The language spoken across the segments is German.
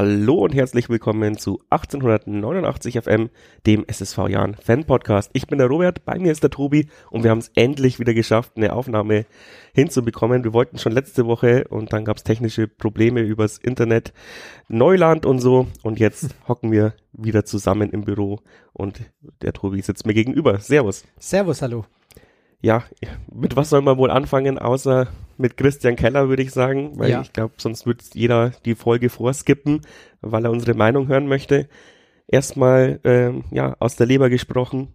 Hallo und herzlich willkommen zu 1889 FM, dem SSV Jahn Fan Podcast. Ich bin der Robert, bei mir ist der Tobi und wir haben es endlich wieder geschafft, eine Aufnahme hinzubekommen. Wir wollten schon letzte Woche und dann gab es technische Probleme übers Internet, Neuland und so, und jetzt hocken wir wieder zusammen im Büro und der Tobi sitzt mir gegenüber. Servus. Servus, hallo. Ja, mit was soll man wohl anfangen, außer mit Christian Keller, würde ich sagen, weil ich glaube, sonst wird jeder die Folge vorskippen, weil er unsere Meinung hören möchte. Erstmal, aus der Leber gesprochen,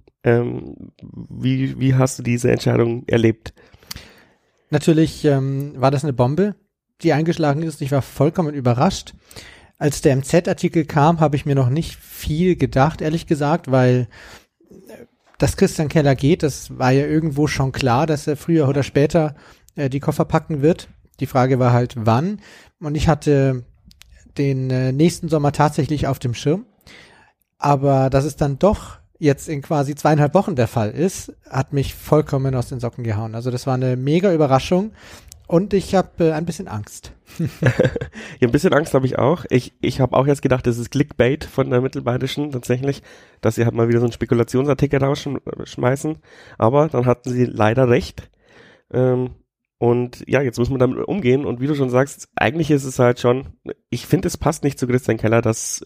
wie hast du diese Entscheidung erlebt? Natürlich war das eine Bombe, die eingeschlagen ist. Ich war vollkommen überrascht. Als der MZ-Artikel kam, habe ich mir noch nicht viel gedacht, ehrlich gesagt, weil dass Christian Keller geht, das war ja irgendwo schon klar, dass er früher oder später die Koffer packen wird. Die Frage war halt, wann. Und ich hatte den nächsten Sommer tatsächlich auf dem Schirm. Aber dass es dann doch jetzt in quasi 2,5 Wochen der Fall ist, hat mich vollkommen aus den Socken gehauen. Also das war eine mega Überraschung. Und ich habe ein bisschen Angst. Ja, ein bisschen Angst habe ich auch. Ich habe auch jetzt gedacht, das ist Clickbait von der Mittelbayerischen tatsächlich, dass sie halt mal wieder so einen Spekulationsartikel rausschmeißen. Aber dann hatten sie leider recht. Und ja, jetzt muss man damit umgehen. Und wie du schon sagst, eigentlich ist es halt schon, ich finde, es passt nicht zu Christian Keller, dass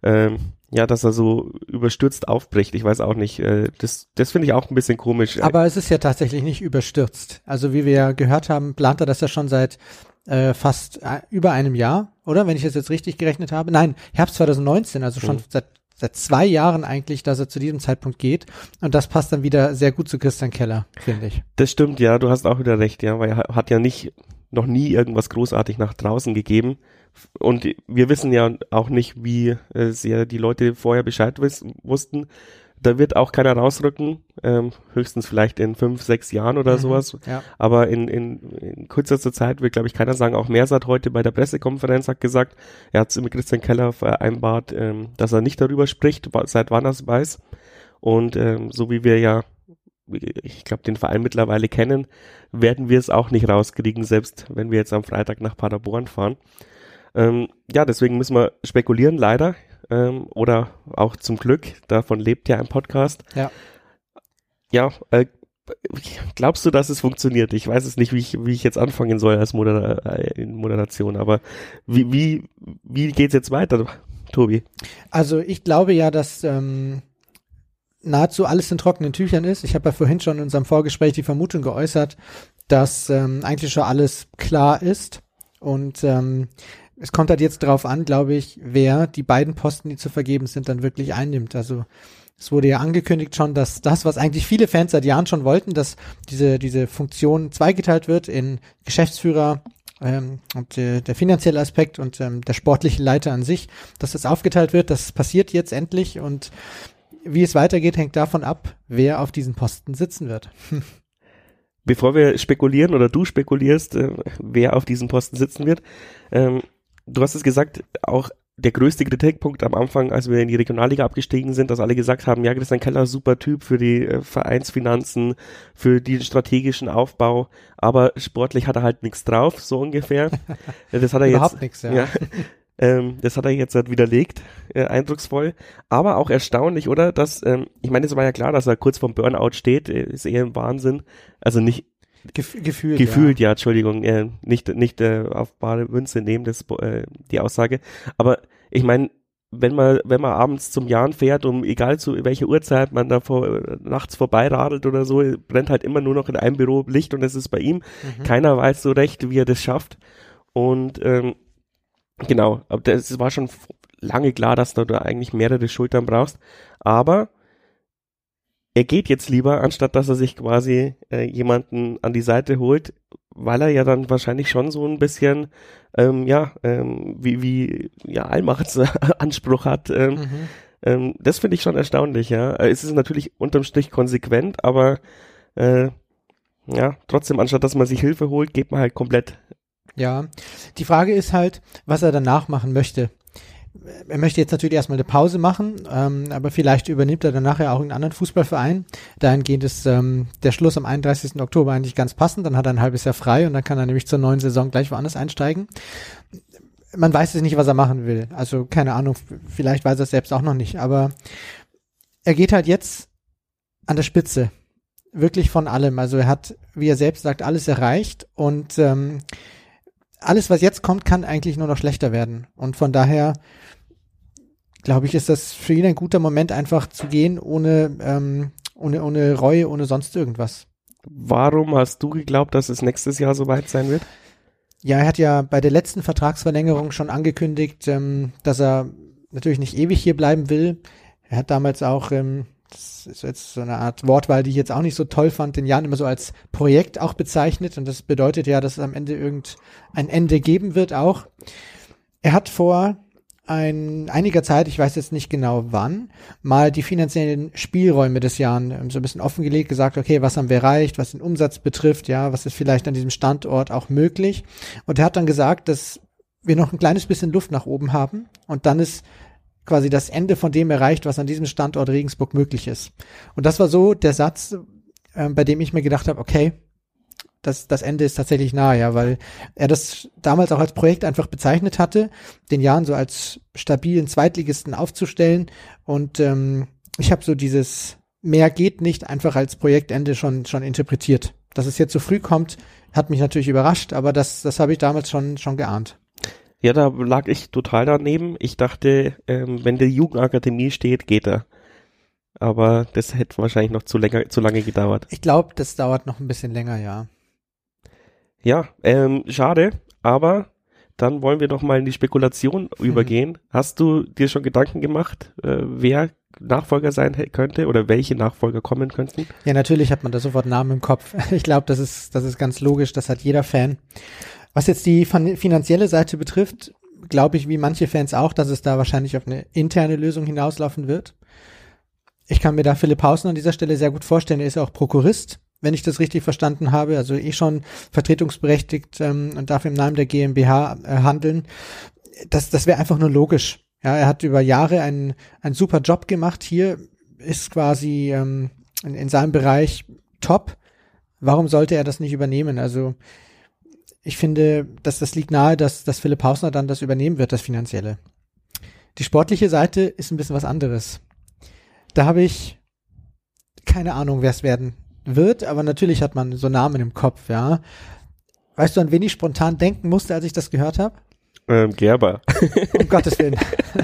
er so überstürzt aufbricht. Ich weiß auch nicht. Das finde ich auch ein bisschen komisch. Aber es ist ja tatsächlich nicht überstürzt. Also wie wir ja gehört haben, plant er das ja schon seit fast über einem Jahr, oder? Wenn ich das jetzt richtig gerechnet habe. Nein, Herbst 2019, also schon seit 2 Jahren eigentlich, dass er zu diesem Zeitpunkt geht. Und das passt dann wieder sehr gut zu Christian Keller, finde ich. Das stimmt, ja. Du hast auch wieder recht, ja. Weil er hat ja noch nie irgendwas großartig nach draußen gegeben. Und wir wissen ja auch nicht, wie sehr die Leute vorher Bescheid wussten. Da wird auch keiner rausrücken, höchstens vielleicht in 5, 6 Jahren oder sowas. Ja. Aber in kürzester Zeit wird, glaube ich, keiner sagen. Auch Mersat heute bei der Pressekonferenz hat gesagt, er hat es mit Christian Keller vereinbart, dass er nicht darüber spricht, seit wann er es weiß. Und so wie wir ja, ich glaube, den Verein mittlerweile kennen, werden wir es auch nicht rauskriegen, selbst wenn wir jetzt am Freitag nach Paderborn fahren. Deswegen müssen wir spekulieren, leider. Oder auch zum Glück, davon lebt ja ein Podcast. Ja, glaubst du, dass es funktioniert? Ich weiß es nicht, wie ich jetzt anfangen soll als in Moderation, aber wie geht's jetzt weiter, Tobi? Also ich glaube ja, dass nahezu alles in trockenen Tüchern ist. Ich habe ja vorhin schon in unserem Vorgespräch die Vermutung geäußert, dass eigentlich schon alles klar ist und es kommt halt jetzt drauf an, glaube ich, wer die beiden Posten, die zu vergeben sind, dann wirklich einnimmt. Also es wurde ja angekündigt schon, dass das, was eigentlich viele Fans seit Jahren schon wollten, dass diese Funktion zweigeteilt wird in Geschäftsführer und der finanzielle Aspekt und der sportliche Leiter an sich, dass das aufgeteilt wird. Das passiert jetzt endlich und wie es weitergeht, hängt davon ab, wer auf diesen Posten sitzen wird. Bevor wir spekulieren oder du spekulierst, wer auf diesem Posten sitzen wird, du hast es gesagt, auch der größte Kritikpunkt am Anfang, als wir in die Regionalliga abgestiegen sind, dass alle gesagt haben, ja, Christian Keller, super Typ für die Vereinsfinanzen, für den strategischen Aufbau, aber sportlich hat er halt nichts drauf, so ungefähr. Das hat er überhaupt nichts, ja. Das hat er jetzt halt widerlegt, eindrucksvoll, aber auch erstaunlich, oder? Dass, ich meine, es war ja klar, dass er kurz vorm Burnout steht, ist eher ein Wahnsinn, also nicht Gefühlt, ja, Entschuldigung, nicht auf bare Münze nehmen, die Aussage. Aber ich meine, wenn man abends zum Jahn fährt, egal zu welcher Uhrzeit man da nachts vorbeiradelt oder so, brennt halt immer nur noch in einem Büro Licht und es ist bei ihm. Keiner weiß so recht, wie er das schafft. Und genau, aber das war schon lange klar, dass du da eigentlich mehrere Schultern brauchst. Aber er geht jetzt lieber, anstatt dass er sich quasi jemanden an die Seite holt, weil er ja dann wahrscheinlich schon so ein bisschen Allmachtsanspruch hat. Das finde ich schon erstaunlich, ja. Es ist natürlich unterm Strich konsequent, aber trotzdem, anstatt dass man sich Hilfe holt, geht man halt komplett. Ja, die Frage ist halt, was er danach machen möchte. Er möchte jetzt natürlich erstmal eine Pause machen, aber vielleicht übernimmt er dann nachher auch einen anderen Fußballverein. Dahingehend ist der Schluss am 31. Oktober eigentlich ganz passend. Dann hat er ein halbes Jahr frei und dann kann er nämlich zur neuen Saison gleich woanders einsteigen. man weiß es nicht, was er machen will. Also keine Ahnung, vielleicht weiß er es selbst auch noch nicht, aber er geht halt jetzt an der Spitze. Wirklich von allem. Also er hat, wie er selbst sagt, alles erreicht und alles, was jetzt kommt, kann eigentlich nur noch schlechter werden. Und von daher, glaube ich, ist das für ihn ein guter Moment, einfach zu gehen, ohne Reue, ohne sonst irgendwas. Warum hast du geglaubt, dass es nächstes Jahr soweit sein wird? Ja, er hat ja bei der letzten Vertragsverlängerung schon angekündigt, dass er natürlich nicht ewig hier bleiben will. Er hat damals auch, das ist jetzt so eine Art Wortwahl, die ich jetzt auch nicht so toll fand, den Jan immer so als Projekt auch bezeichnet. Und das bedeutet ja, dass es am Ende irgendein Ende geben wird auch. Er hat vor einiger Zeit, ich weiß jetzt nicht genau wann, mal die finanziellen Spielräume des Jan so ein bisschen offengelegt, gesagt, okay, was haben wir erreicht, was den Umsatz betrifft, ja, was ist vielleicht an diesem Standort auch möglich. Und er hat dann gesagt, dass wir noch ein kleines bisschen Luft nach oben haben und dann ist quasi das Ende von dem erreicht, was an diesem Standort Regensburg möglich ist. Und das war so der Satz, bei dem ich mir gedacht habe, okay, das Ende ist tatsächlich nahe, ja, weil er das damals auch als Projekt einfach bezeichnet hatte, den Jan so als stabilen Zweitligisten aufzustellen und ich habe so dieses mehr geht nicht einfach als Projektende schon interpretiert. Dass es jetzt so früh kommt, hat mich natürlich überrascht, aber das habe ich damals schon geahnt. Ja, da lag ich total daneben. Ich dachte, wenn die Jugendakademie steht, geht er. Aber das hätte wahrscheinlich noch zu lange gedauert. Ich glaube, das dauert noch ein bisschen länger, ja. Ja, schade, aber dann wollen wir doch mal in die Spekulation übergehen. Hast du dir schon Gedanken gemacht, wer Nachfolger sein könnte oder welche Nachfolger kommen könnten? Ja, natürlich hat man da sofort Namen im Kopf. Ich glaube, das ist ganz logisch, das hat jeder Fan. Was jetzt die finanzielle Seite betrifft, glaube ich, wie manche Fans auch, dass es da wahrscheinlich auf eine interne Lösung hinauslaufen wird. Ich kann mir da Philipp Hausen an dieser Stelle sehr gut vorstellen. Er ist auch Prokurist, wenn ich das richtig verstanden habe, also schon vertretungsberechtigt und darf im Namen der GmbH handeln. Das wäre einfach nur logisch. Ja, er hat über Jahre einen super Job gemacht. Hier ist quasi in seinem Bereich top. Warum sollte er das nicht übernehmen? Also ich finde, dass das liegt nahe, dass Philipp Hausner dann das übernehmen wird, das Finanzielle. Die sportliche Seite ist ein bisschen was anderes. Da habe ich keine Ahnung, wer es werden wird, aber natürlich hat man so Namen im Kopf, ja. Weißt du, an wen ich spontan denken musste, als ich das gehört habe? Gerber. Um Gottes Willen.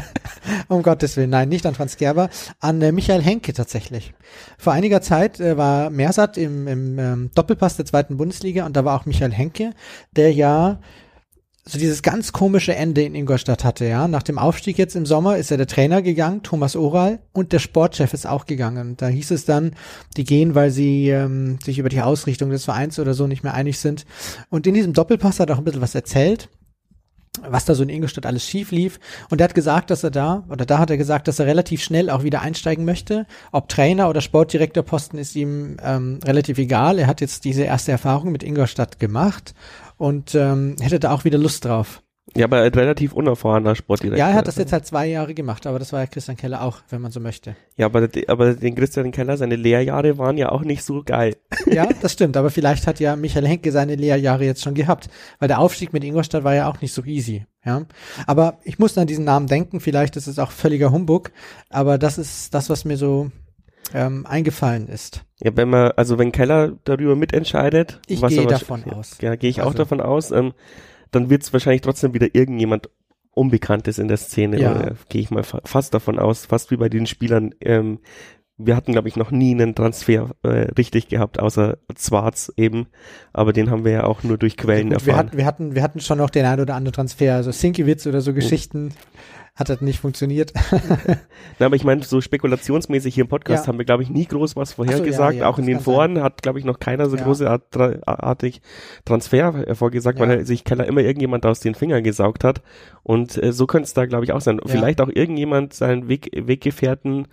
Um Gottes Willen, nein, nicht an Franz Gerber, an Michael Henke tatsächlich. Vor einiger Zeit war Mersat im Doppelpass der 2. Bundesliga und da war auch Michael Henke, der ja so dieses ganz komische Ende in Ingolstadt hatte, ja. Nach dem Aufstieg jetzt im Sommer ist ja der Trainer gegangen, Thomas Oral, und der Sportchef ist auch gegangen. Da hieß es dann, die gehen, weil sie sich über die Ausrichtung des Vereins oder so nicht mehr einig sind. Und in diesem Doppelpass hat er auch ein bisschen was erzählt, was da so in Ingolstadt alles schief lief. Und er hat gesagt, dass er da hat er gesagt, dass er relativ schnell auch wieder einsteigen möchte. Ob Trainer oder Sportdirektorposten ist ihm relativ egal. Er hat jetzt diese erste Erfahrung mit Ingolstadt gemacht und hätte da auch wieder Lust drauf. Ja, aber ein relativ unerfahrener Sportdirektor. Ja, er hat das jetzt halt 2 Jahre gemacht, aber das war ja Christian Keller auch, wenn man so möchte. Ja, aber den Christian Keller, seine Lehrjahre waren ja auch nicht so geil. Ja, das stimmt, aber vielleicht hat ja Michael Henke seine Lehrjahre jetzt schon gehabt, weil der Aufstieg mit Ingolstadt war ja auch nicht so easy, ja. Aber ich muss an diesen Namen denken, vielleicht ist es auch völliger Humbug, aber das ist das, was mir so eingefallen ist. Ja, wenn Keller darüber mitentscheidet. Ich gehe davon aus. Ja, gehe ich auch davon aus, dann wird es wahrscheinlich trotzdem wieder irgendjemand Unbekanntes in der Szene. Ja. Gehe ich mal fast davon aus, fast wie bei den Spielern. Wir hatten, glaube ich, noch nie einen Transfer richtig gehabt, außer Zwarz eben. Aber den haben wir ja auch nur durch Quellen erfahren. Wir hatten schon noch den ein oder anderen Transfer, also Sinkiewicz oder so Geschichten. Hat das nicht funktioniert. Na, aber ich meine, so spekulationsmäßig hier im Podcast haben wir, glaube ich, nie groß was vorhergesagt. Auch in den Foren hat, glaube ich, noch keiner so großartig Transfer vorgesagt, weil sich Keller immer irgendjemand aus den Fingern gesaugt hat. Und so könnte es da, glaube ich, auch sein. Ja. Vielleicht auch irgendjemand seinen Weggefährten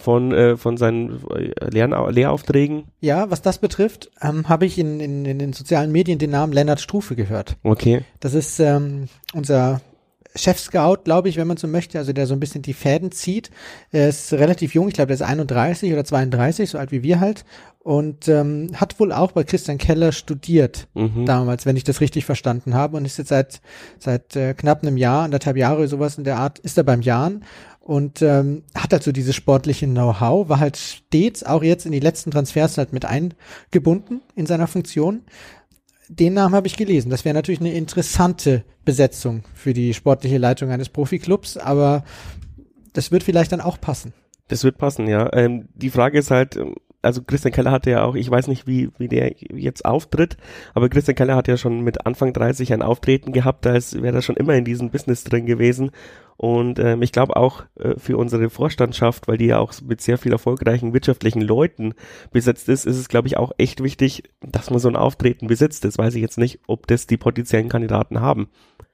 von seinen Lehraufträgen. Ja, was das betrifft, habe ich in den sozialen Medien den Namen Lennart Struve gehört. Okay. Das ist unser Chef-Scout, glaube ich, wenn man so möchte, also der so ein bisschen die Fäden zieht. Er ist relativ jung, ich glaube, der ist 31 oder 32, so alt wie wir halt. Und hat wohl auch bei Christian Keller studiert damals, wenn ich das richtig verstanden habe. Und ist jetzt seit knapp einem Jahr, 1,5 Jahre, sowas in der Art, ist er beim Jahn. Und hat halt so dieses sportliche Know-how, war halt stets auch jetzt in die letzten Transfers halt mit eingebunden in seiner Funktion. Den Namen habe ich gelesen. Das wäre natürlich eine interessante Besetzung für die sportliche Leitung eines Profiklubs, aber das wird vielleicht dann auch passen. Das wird passen, ja. Die Frage ist halt, also Christian Keller hatte ja auch, ich weiß nicht, wie der jetzt auftritt, aber Christian Keller hat ja schon mit Anfang 30 ein Auftreten gehabt, da wäre er schon immer in diesem Business drin gewesen. Und ich glaube auch für unsere Vorstandschaft, weil die ja auch mit sehr viel erfolgreichen wirtschaftlichen Leuten besetzt ist, ist es, glaube ich, auch echt wichtig, dass man so ein Auftreten besitzt. Das weiß ich jetzt nicht, ob das die potenziellen Kandidaten haben.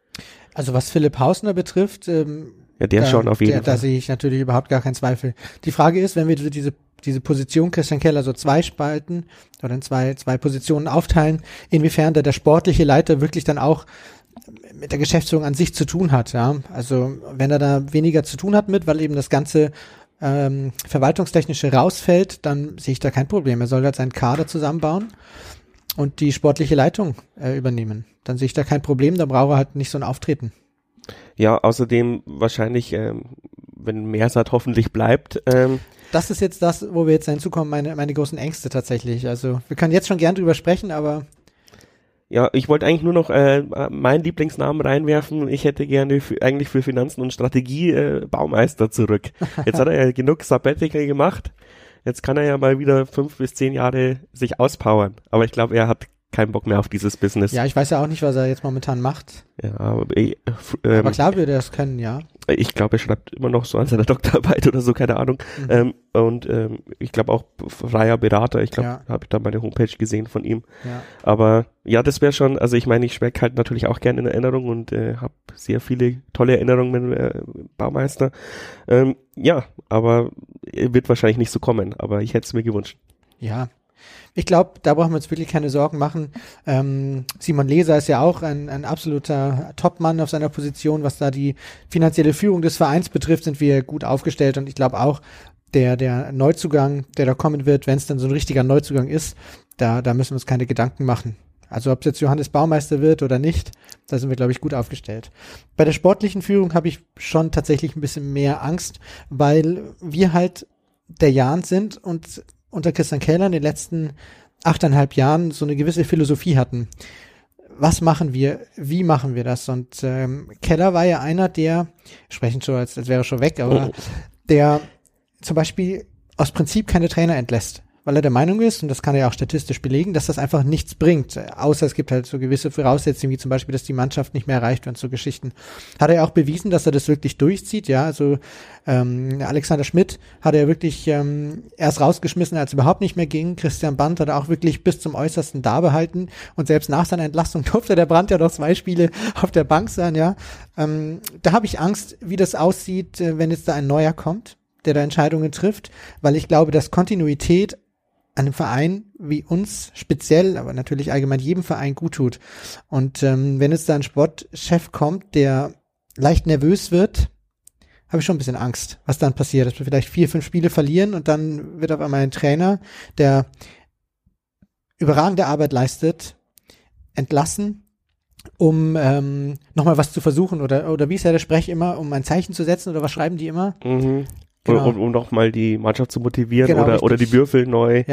Also was Philipp Hausner betrifft, ja, der schon auf jeden Fall. Da sehe ich natürlich überhaupt gar keinen Zweifel. Die Frage ist, wenn wir diese Position Christian Keller so 2 spalten oder in zwei Positionen aufteilen, inwiefern der sportliche Leiter wirklich dann auch mit der Geschäftsführung an sich zu tun hat, ja. Also wenn er da weniger zu tun hat mit, weil eben das ganze Verwaltungstechnische rausfällt, dann sehe ich da kein Problem. Er soll halt seinen Kader zusammenbauen und die sportliche Leitung übernehmen. Dann sehe ich da kein Problem, da braucht er halt nicht so ein Auftreten. Ja, außerdem wahrscheinlich, wenn Mersat hoffentlich bleibt. Das ist jetzt das, wo wir jetzt hinzukommen, meine großen Ängste tatsächlich. Also wir können jetzt schon gern drüber sprechen, aber ja, ich wollte eigentlich nur noch meinen Lieblingsnamen reinwerfen. Ich hätte gerne eigentlich für Finanzen und Strategie Baumeister zurück. Jetzt hat er ja genug Sabbatical gemacht. Jetzt kann er ja mal wieder 5 bis 10 Jahre sich auspowern. Aber ich glaube, er hat keinen Bock mehr auf dieses Business. Ja, ich weiß ja auch nicht, was er jetzt momentan macht. Ja, aber klar würde er das können, ja. Ich glaube, er schreibt immer noch so an seiner Doktorarbeit oder so, keine Ahnung. Ich glaube auch freier Berater. Ich glaube, habe ich da meine Homepage gesehen von ihm. Ja. Aber ja, das wäre schon, also ich meine, ich schwelge halt natürlich auch gerne in Erinnerung und habe sehr viele tolle Erinnerungen mit Baumeister. Ja, aber wird wahrscheinlich nicht so kommen, aber ich hätte es mir gewünscht. Ja. Ich glaube, da brauchen wir uns wirklich keine Sorgen machen. Simon Leser ist ja auch ein absoluter Topmann auf seiner Position. Was da die finanzielle Führung des Vereins betrifft, sind wir gut aufgestellt. Und ich glaube auch, der Neuzugang, der da kommen wird, wenn es dann so ein richtiger Neuzugang ist, da müssen wir uns keine Gedanken machen. Also ob es jetzt Johannes Baumeister wird oder nicht, da sind wir, glaube ich, gut aufgestellt. Bei der sportlichen Führung habe ich schon tatsächlich ein bisschen mehr Angst, weil wir halt der Jan sind und unter Christian Keller in den letzten 8,5 Jahren so eine gewisse Philosophie hatten. Was machen wir? Wie machen wir das? Und Keller war ja einer, der, sprechen schon, als wäre er schon weg, aber der zum Beispiel aus Prinzip keine Trainer entlässt, weil er der Meinung ist, und das kann er ja auch statistisch belegen, dass das einfach nichts bringt, außer es gibt halt so gewisse Voraussetzungen, wie zum Beispiel, dass die Mannschaft nicht mehr erreicht wird, so Geschichten. Hat er ja auch bewiesen, dass er das wirklich durchzieht, ja, also Alexander Schmidt hat er wirklich erst rausgeschmissen, als es überhaupt nicht mehr ging. Christian Brandt hat er auch wirklich bis zum Äußersten da behalten und selbst nach seiner Entlassung durfte der Brandt ja noch 2 Spiele auf der Bank sein, ja. Da habe ich Angst, wie das aussieht, wenn jetzt da ein Neuer kommt, der da Entscheidungen trifft, weil ich glaube, dass Kontinuität einem Verein wie uns speziell, aber natürlich allgemein jedem Verein gut tut. Und wenn jetzt da ein Sportchef kommt, der leicht nervös wird, habe ich schon ein bisschen Angst, was dann passiert, dass wir vielleicht 4, 5 Spiele verlieren und dann wird auf einmal ein Trainer, der überragende Arbeit leistet, entlassen, um nochmal was zu versuchen oder wie ist ja der Sprech immer, um ein Zeichen zu setzen oder was schreiben die immer? Mhm. Genau. Um nochmal die Mannschaft zu motivieren, genau, oder die Würfel neu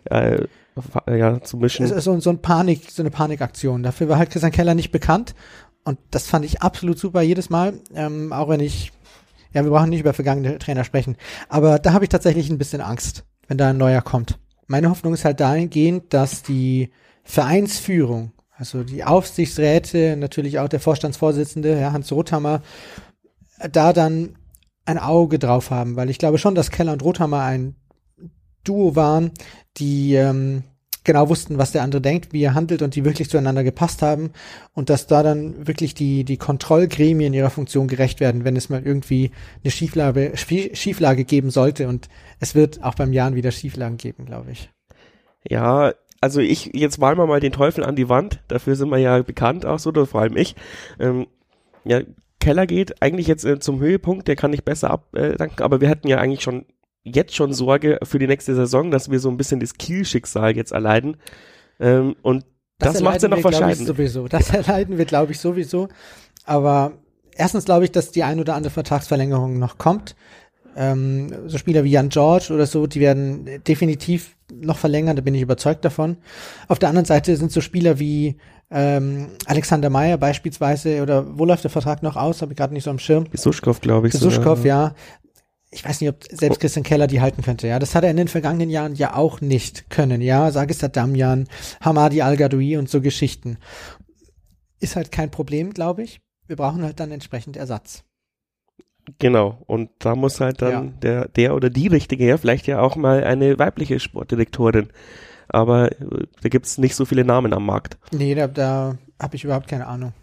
zu mischen. Es ist so eine Panikaktion. Dafür war halt Christian Keller nicht bekannt und das fand ich absolut super jedes Mal, auch wenn wir brauchen nicht über vergangene Trainer sprechen, aber da habe ich tatsächlich ein bisschen Angst, wenn da ein neuer kommt. Meine Hoffnung ist halt dahingehend, dass die Vereinsführung, also die Aufsichtsräte, natürlich auch der Vorstandsvorsitzende, Hans Rothammer, da dann ein Auge drauf haben, weil ich glaube schon, dass Keller und Rothammer ein Duo waren, die genau wussten, was der andere denkt, wie er handelt und die wirklich zueinander gepasst haben und dass da dann wirklich die Kontrollgremien ihrer Funktion gerecht werden, wenn es mal irgendwie eine Schieflage geben sollte und es wird auch beim Jan wieder Schieflagen geben, glaube ich. Ja, also jetzt malen wir mal den Teufel an die Wand, dafür sind wir ja bekannt auch so, oder vor allem ich. Keller geht, eigentlich jetzt zum Höhepunkt, der kann nicht besser abdanken, aber wir hätten ja eigentlich jetzt schon Sorge für die nächste Saison, dass wir so ein bisschen das Kiel-Schicksal jetzt erleiden. Und das macht es ja noch wahrscheinlich. Das erleiden wir, glaube ich, sowieso. Aber erstens glaube ich, dass die ein oder andere Vertragsverlängerung noch kommt. So Spieler wie Jan George oder so, die werden definitiv noch verlängern, da bin ich überzeugt davon. Auf der anderen Seite sind so Spieler wie Alexander Meyer beispielsweise, oder wo läuft der Vertrag noch aus? Habe ich gerade nicht so am Schirm. Besuschkow, glaube ich. Besuschkow, ja. Ich weiß nicht, ob selbst Christian Keller die halten könnte, ja. Das hat er in den vergangenen Jahren ja auch nicht können, ja. Sagister Damjan, Hamadi Al-Gadoui und so Geschichten. Ist halt kein Problem, glaube ich. Wir brauchen halt dann entsprechend Ersatz. Genau, und da muss halt dann der oder die Richtige her, vielleicht ja auch mal eine weibliche Sportdirektorin. Aber da gibt's nicht so viele Namen am Markt. Nee, da habe ich überhaupt keine Ahnung.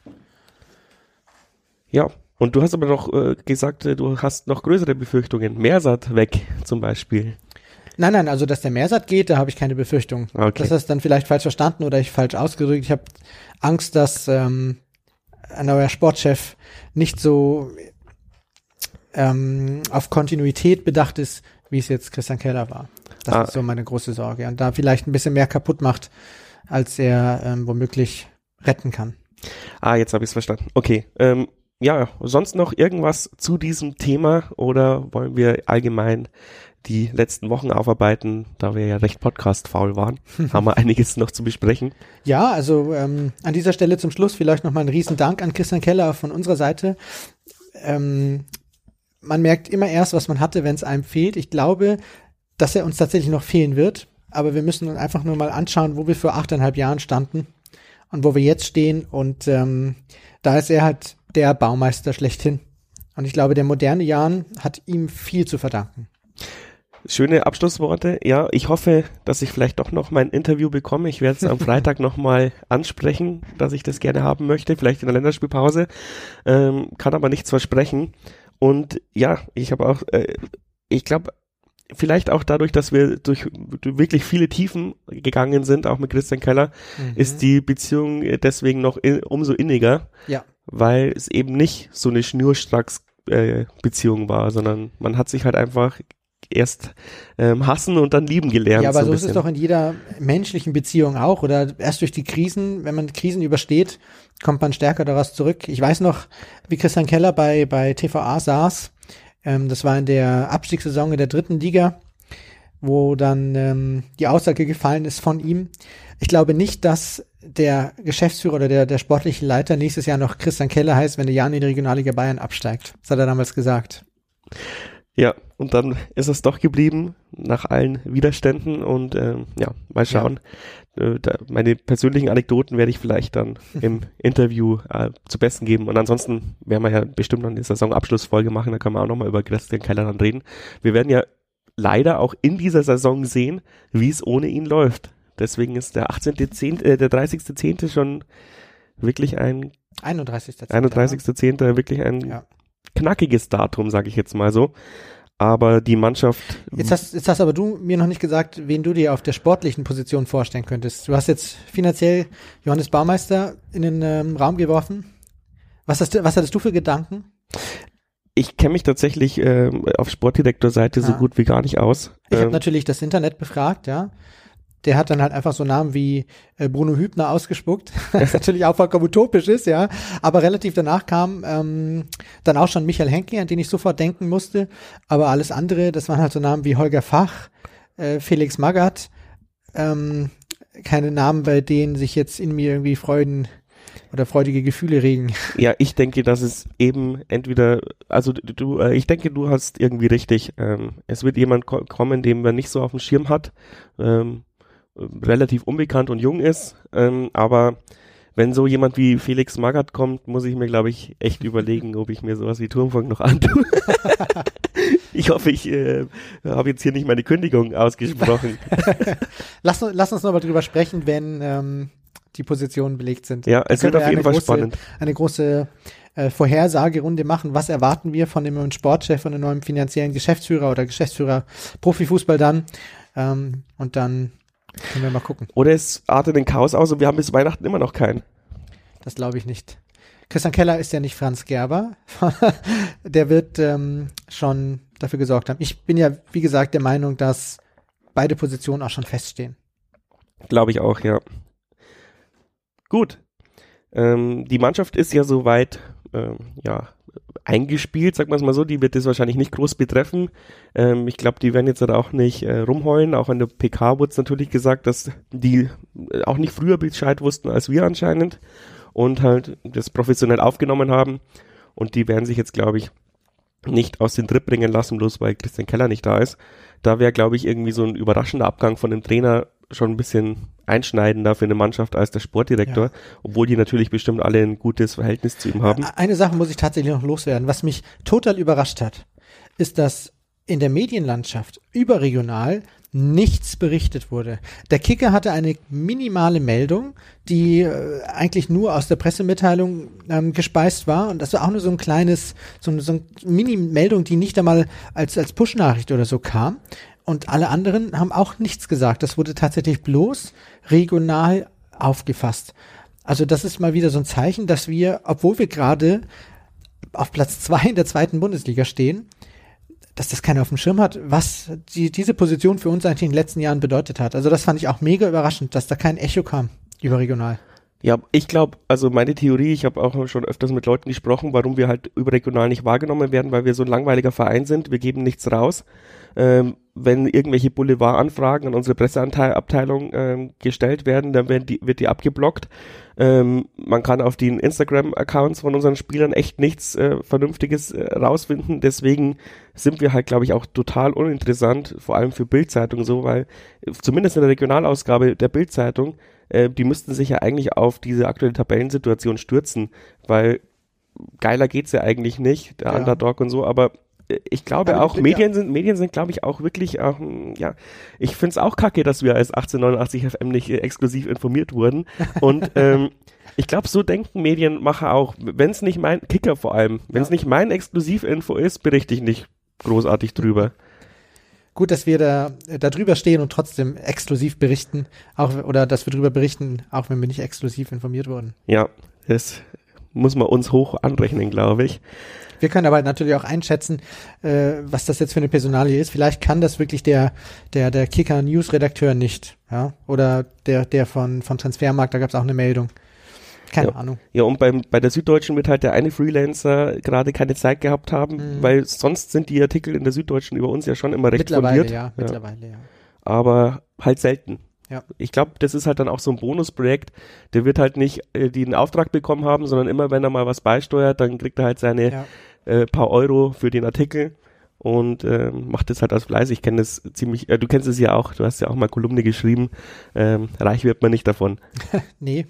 Ja, und du hast aber noch gesagt, du hast noch größere Befürchtungen. Mersat weg zum Beispiel. Nein, also dass der Mersat geht, da habe ich keine Befürchtung. Okay. Das ist dann vielleicht falsch verstanden oder ich falsch ausgedrückt. Ich habe Angst, dass ein neuer Sportchef nicht so auf Kontinuität bedacht ist, wie es jetzt Christian Keller war. Das ist so meine große Sorge. Und da vielleicht ein bisschen mehr kaputt macht, als er womöglich retten kann. Jetzt habe ich es verstanden. Okay. Ja, sonst noch irgendwas zu diesem Thema oder wollen wir allgemein die letzten Wochen aufarbeiten, da wir ja recht podcast-faul waren, haben wir einiges noch zu besprechen. Ja, also an dieser Stelle zum Schluss vielleicht nochmal einen riesen Dank an Christian Keller von unserer Seite. Man merkt immer erst, was man hatte, wenn es einem fehlt. Ich glaube, dass er uns tatsächlich noch fehlen wird, aber wir müssen uns einfach nur mal anschauen, wo wir vor 8,5 Jahren standen und wo wir jetzt stehen, und da ist er halt der Baumeister schlechthin. Und ich glaube, der moderne Jan hat ihm viel zu verdanken. Schöne Abschlussworte. Ja, ich hoffe, dass ich vielleicht doch noch mein Interview bekomme. Ich werde es am Freitag nochmal ansprechen, dass ich das gerne haben möchte, vielleicht in der Länderspielpause. Kann aber nichts versprechen. Und ja, ich habe auch, ich glaube, vielleicht auch dadurch, dass wir durch wirklich viele Tiefen gegangen sind, auch mit Christian Keller, ist die Beziehung deswegen noch umso inniger. Ja. Weil es eben nicht so eine Schnurstracks Beziehung war, sondern man hat sich halt einfach erst hassen und dann lieben gelernt. Ja, aber so ist es doch in jeder menschlichen Beziehung auch, oder erst durch die Krisen, wenn man Krisen übersteht, kommt man stärker daraus zurück. Ich weiß noch, wie Christian Keller bei TVA saß. Das war in der Abstiegssaison in der 3. Liga, wo dann die Aussage gefallen ist von ihm. Ich glaube nicht, dass der Geschäftsführer oder der sportliche Leiter nächstes Jahr noch Christian Keller heißt, wenn der Jan in die Regionalliga Bayern absteigt. Das hat er damals gesagt. Ja, und dann ist es doch geblieben, nach allen Widerständen, und mal schauen. Ja. Meine persönlichen Anekdoten werde ich vielleicht dann im Interview zu Besten geben, und ansonsten werden wir ja bestimmt noch eine Saisonabschlussfolge machen, da können wir auch nochmal über Christian Keller dann reden. Wir werden ja leider auch in dieser Saison sehen, wie es ohne ihn läuft. Deswegen ist der 30.10. schon wirklich ein 31.10. wirklich ein knackiges Datum, sage ich jetzt mal so. Aber die Mannschaft... Jetzt hast aber du mir noch nicht gesagt, wen du dir auf der sportlichen Position vorstellen könntest. Du hast jetzt finanziell Johannes Baumeister in den Raum geworfen. Was hattest du für Gedanken? Ich kenne mich tatsächlich auf Sportdirektorseite so gut wie gar nicht aus. Ich habe natürlich das Internet befragt, ja. Der hat dann halt einfach so Namen wie Bruno Hübner ausgespuckt, was natürlich auch vollkommen utopisch ist, ja. Aber relativ danach kam dann auch schon Michael Henke, an den ich sofort denken musste. Aber alles andere, das waren halt so Namen wie Holger Fach, Felix Magath. Keine Namen, bei denen sich jetzt in mir irgendwie freudige Gefühle regen. Ja, ich denke, dass es eben entweder, also ich denke, du hast irgendwie richtig. Es wird jemand kommen, den man nicht so auf dem Schirm hat. Relativ unbekannt und jung ist, aber wenn so jemand wie Felix Magath kommt, muss ich mir, glaube ich, echt überlegen, ob ich mir sowas wie Turmfunk noch antue. Ich hoffe, ich habe jetzt hier nicht meine Kündigung ausgesprochen. Lass uns noch mal drüber sprechen, wenn die Positionen belegt sind. Ja, es wird auf jeden Fall spannend. Eine große Vorhersagerunde machen. Was erwarten wir von dem neuen Sportchef, von dem neuen finanziellen Geschäftsführer oder Geschäftsführer Profifußball dann? Und dann können wir mal gucken. Oder es artet den Chaos aus und wir haben bis Weihnachten immer noch keinen. Das glaube ich nicht. Christian Keller ist ja nicht Franz Gerber. Der wird schon dafür gesorgt haben. Ich bin ja, wie gesagt, der Meinung, dass beide Positionen auch schon feststehen. Glaube ich auch, ja. Gut. Die Mannschaft ist ja soweit eingespielt, sagen wir es mal so. Die wird das wahrscheinlich nicht groß betreffen. Ich glaube, die werden jetzt halt auch nicht rumheulen. Auch in der PK wurde es natürlich gesagt, dass die auch nicht früher Bescheid wussten als wir anscheinend und halt das professionell aufgenommen haben. Und die werden sich jetzt, glaube ich, nicht aus dem Trip bringen lassen, bloß weil Christian Keller nicht da ist. Da wäre, glaube ich, irgendwie so ein überraschender Abgang von dem Trainer schon ein bisschen einschneidender für eine Mannschaft als der Sportdirektor, obwohl die natürlich bestimmt alle ein gutes Verhältnis zu ihm haben. Eine Sache muss ich tatsächlich noch loswerden. Was mich total überrascht hat, ist, dass in der Medienlandschaft überregional nichts berichtet wurde. Der Kicker hatte eine minimale Meldung, die eigentlich nur aus der Pressemitteilung gespeist war, und das war auch nur so ein kleines, so eine Mini-Meldung, die nicht einmal als Push-Nachricht oder so kam. Und alle anderen haben auch nichts gesagt. Das wurde tatsächlich bloß regional aufgefasst. Also das ist mal wieder so ein Zeichen, dass wir, obwohl wir gerade auf Platz 2 in der 2. Bundesliga stehen, dass das keiner auf dem Schirm hat, was diese Position für uns eigentlich in den letzten Jahren bedeutet hat. Also das fand ich auch mega überraschend, dass da kein Echo kam überregional. Ja, ich glaube, also meine Theorie, ich habe auch schon öfters mit Leuten gesprochen, warum wir halt überregional nicht wahrgenommen werden, weil wir so ein langweiliger Verein sind, wir geben nichts raus. Wenn irgendwelche Boulevardanfragen an unsere Presseabteilung gestellt werden, dann wird die abgeblockt. Man kann auf den Instagram-Accounts von unseren Spielern echt nichts Vernünftiges rausfinden. Deswegen sind wir halt, glaube ich, auch total uninteressant, vor allem für Bild-Zeitung so, weil zumindest in der Regionalausgabe der Bild-Zeitung, die müssten sich ja eigentlich auf diese aktuelle Tabellensituation stürzen, weil geiler geht's ja eigentlich nicht, der Underdog und so, aber ich glaube aber auch, Medien sind, glaube ich, auch wirklich, ich finde es auch kacke, dass wir als 1889 FM nicht exklusiv informiert wurden. Und ich glaube, so denken Medienmacher auch. Wenn es nicht mein Kicker vor allem, wenn es nicht mein Exklusivinfo ist, berichte ich nicht großartig drüber. Gut, dass wir da drüber stehen und trotzdem exklusiv berichten, oder dass wir drüber berichten, auch wenn wir nicht exklusiv informiert wurden. Ja, das muss man uns hoch anrechnen, glaube ich. Wir können aber natürlich auch einschätzen, was das jetzt für eine Personalie ist. Vielleicht kann das wirklich der Kicker-News-Redakteur nicht, ja, oder der von Transfermarkt, da gab es auch eine Meldung. Keine Ahnung. Ja, und bei der Süddeutschen wird halt der eine Freelancer gerade keine Zeit gehabt haben, weil sonst sind die Artikel in der Süddeutschen über uns ja schon immer recht fundiert. Mittlerweile, ja. Aber halt selten. Ja. Ich glaube, das ist halt dann auch so ein Bonusprojekt. Der wird halt nicht die einen Auftrag bekommen haben, sondern immer, wenn er mal was beisteuert, dann kriegt er halt seine paar Euro für den Artikel und macht das halt aus Fleiß. Ich kenne das ziemlich, du kennst es ja auch, du hast ja auch mal Kolumne geschrieben. Reich wird man nicht davon. Nee.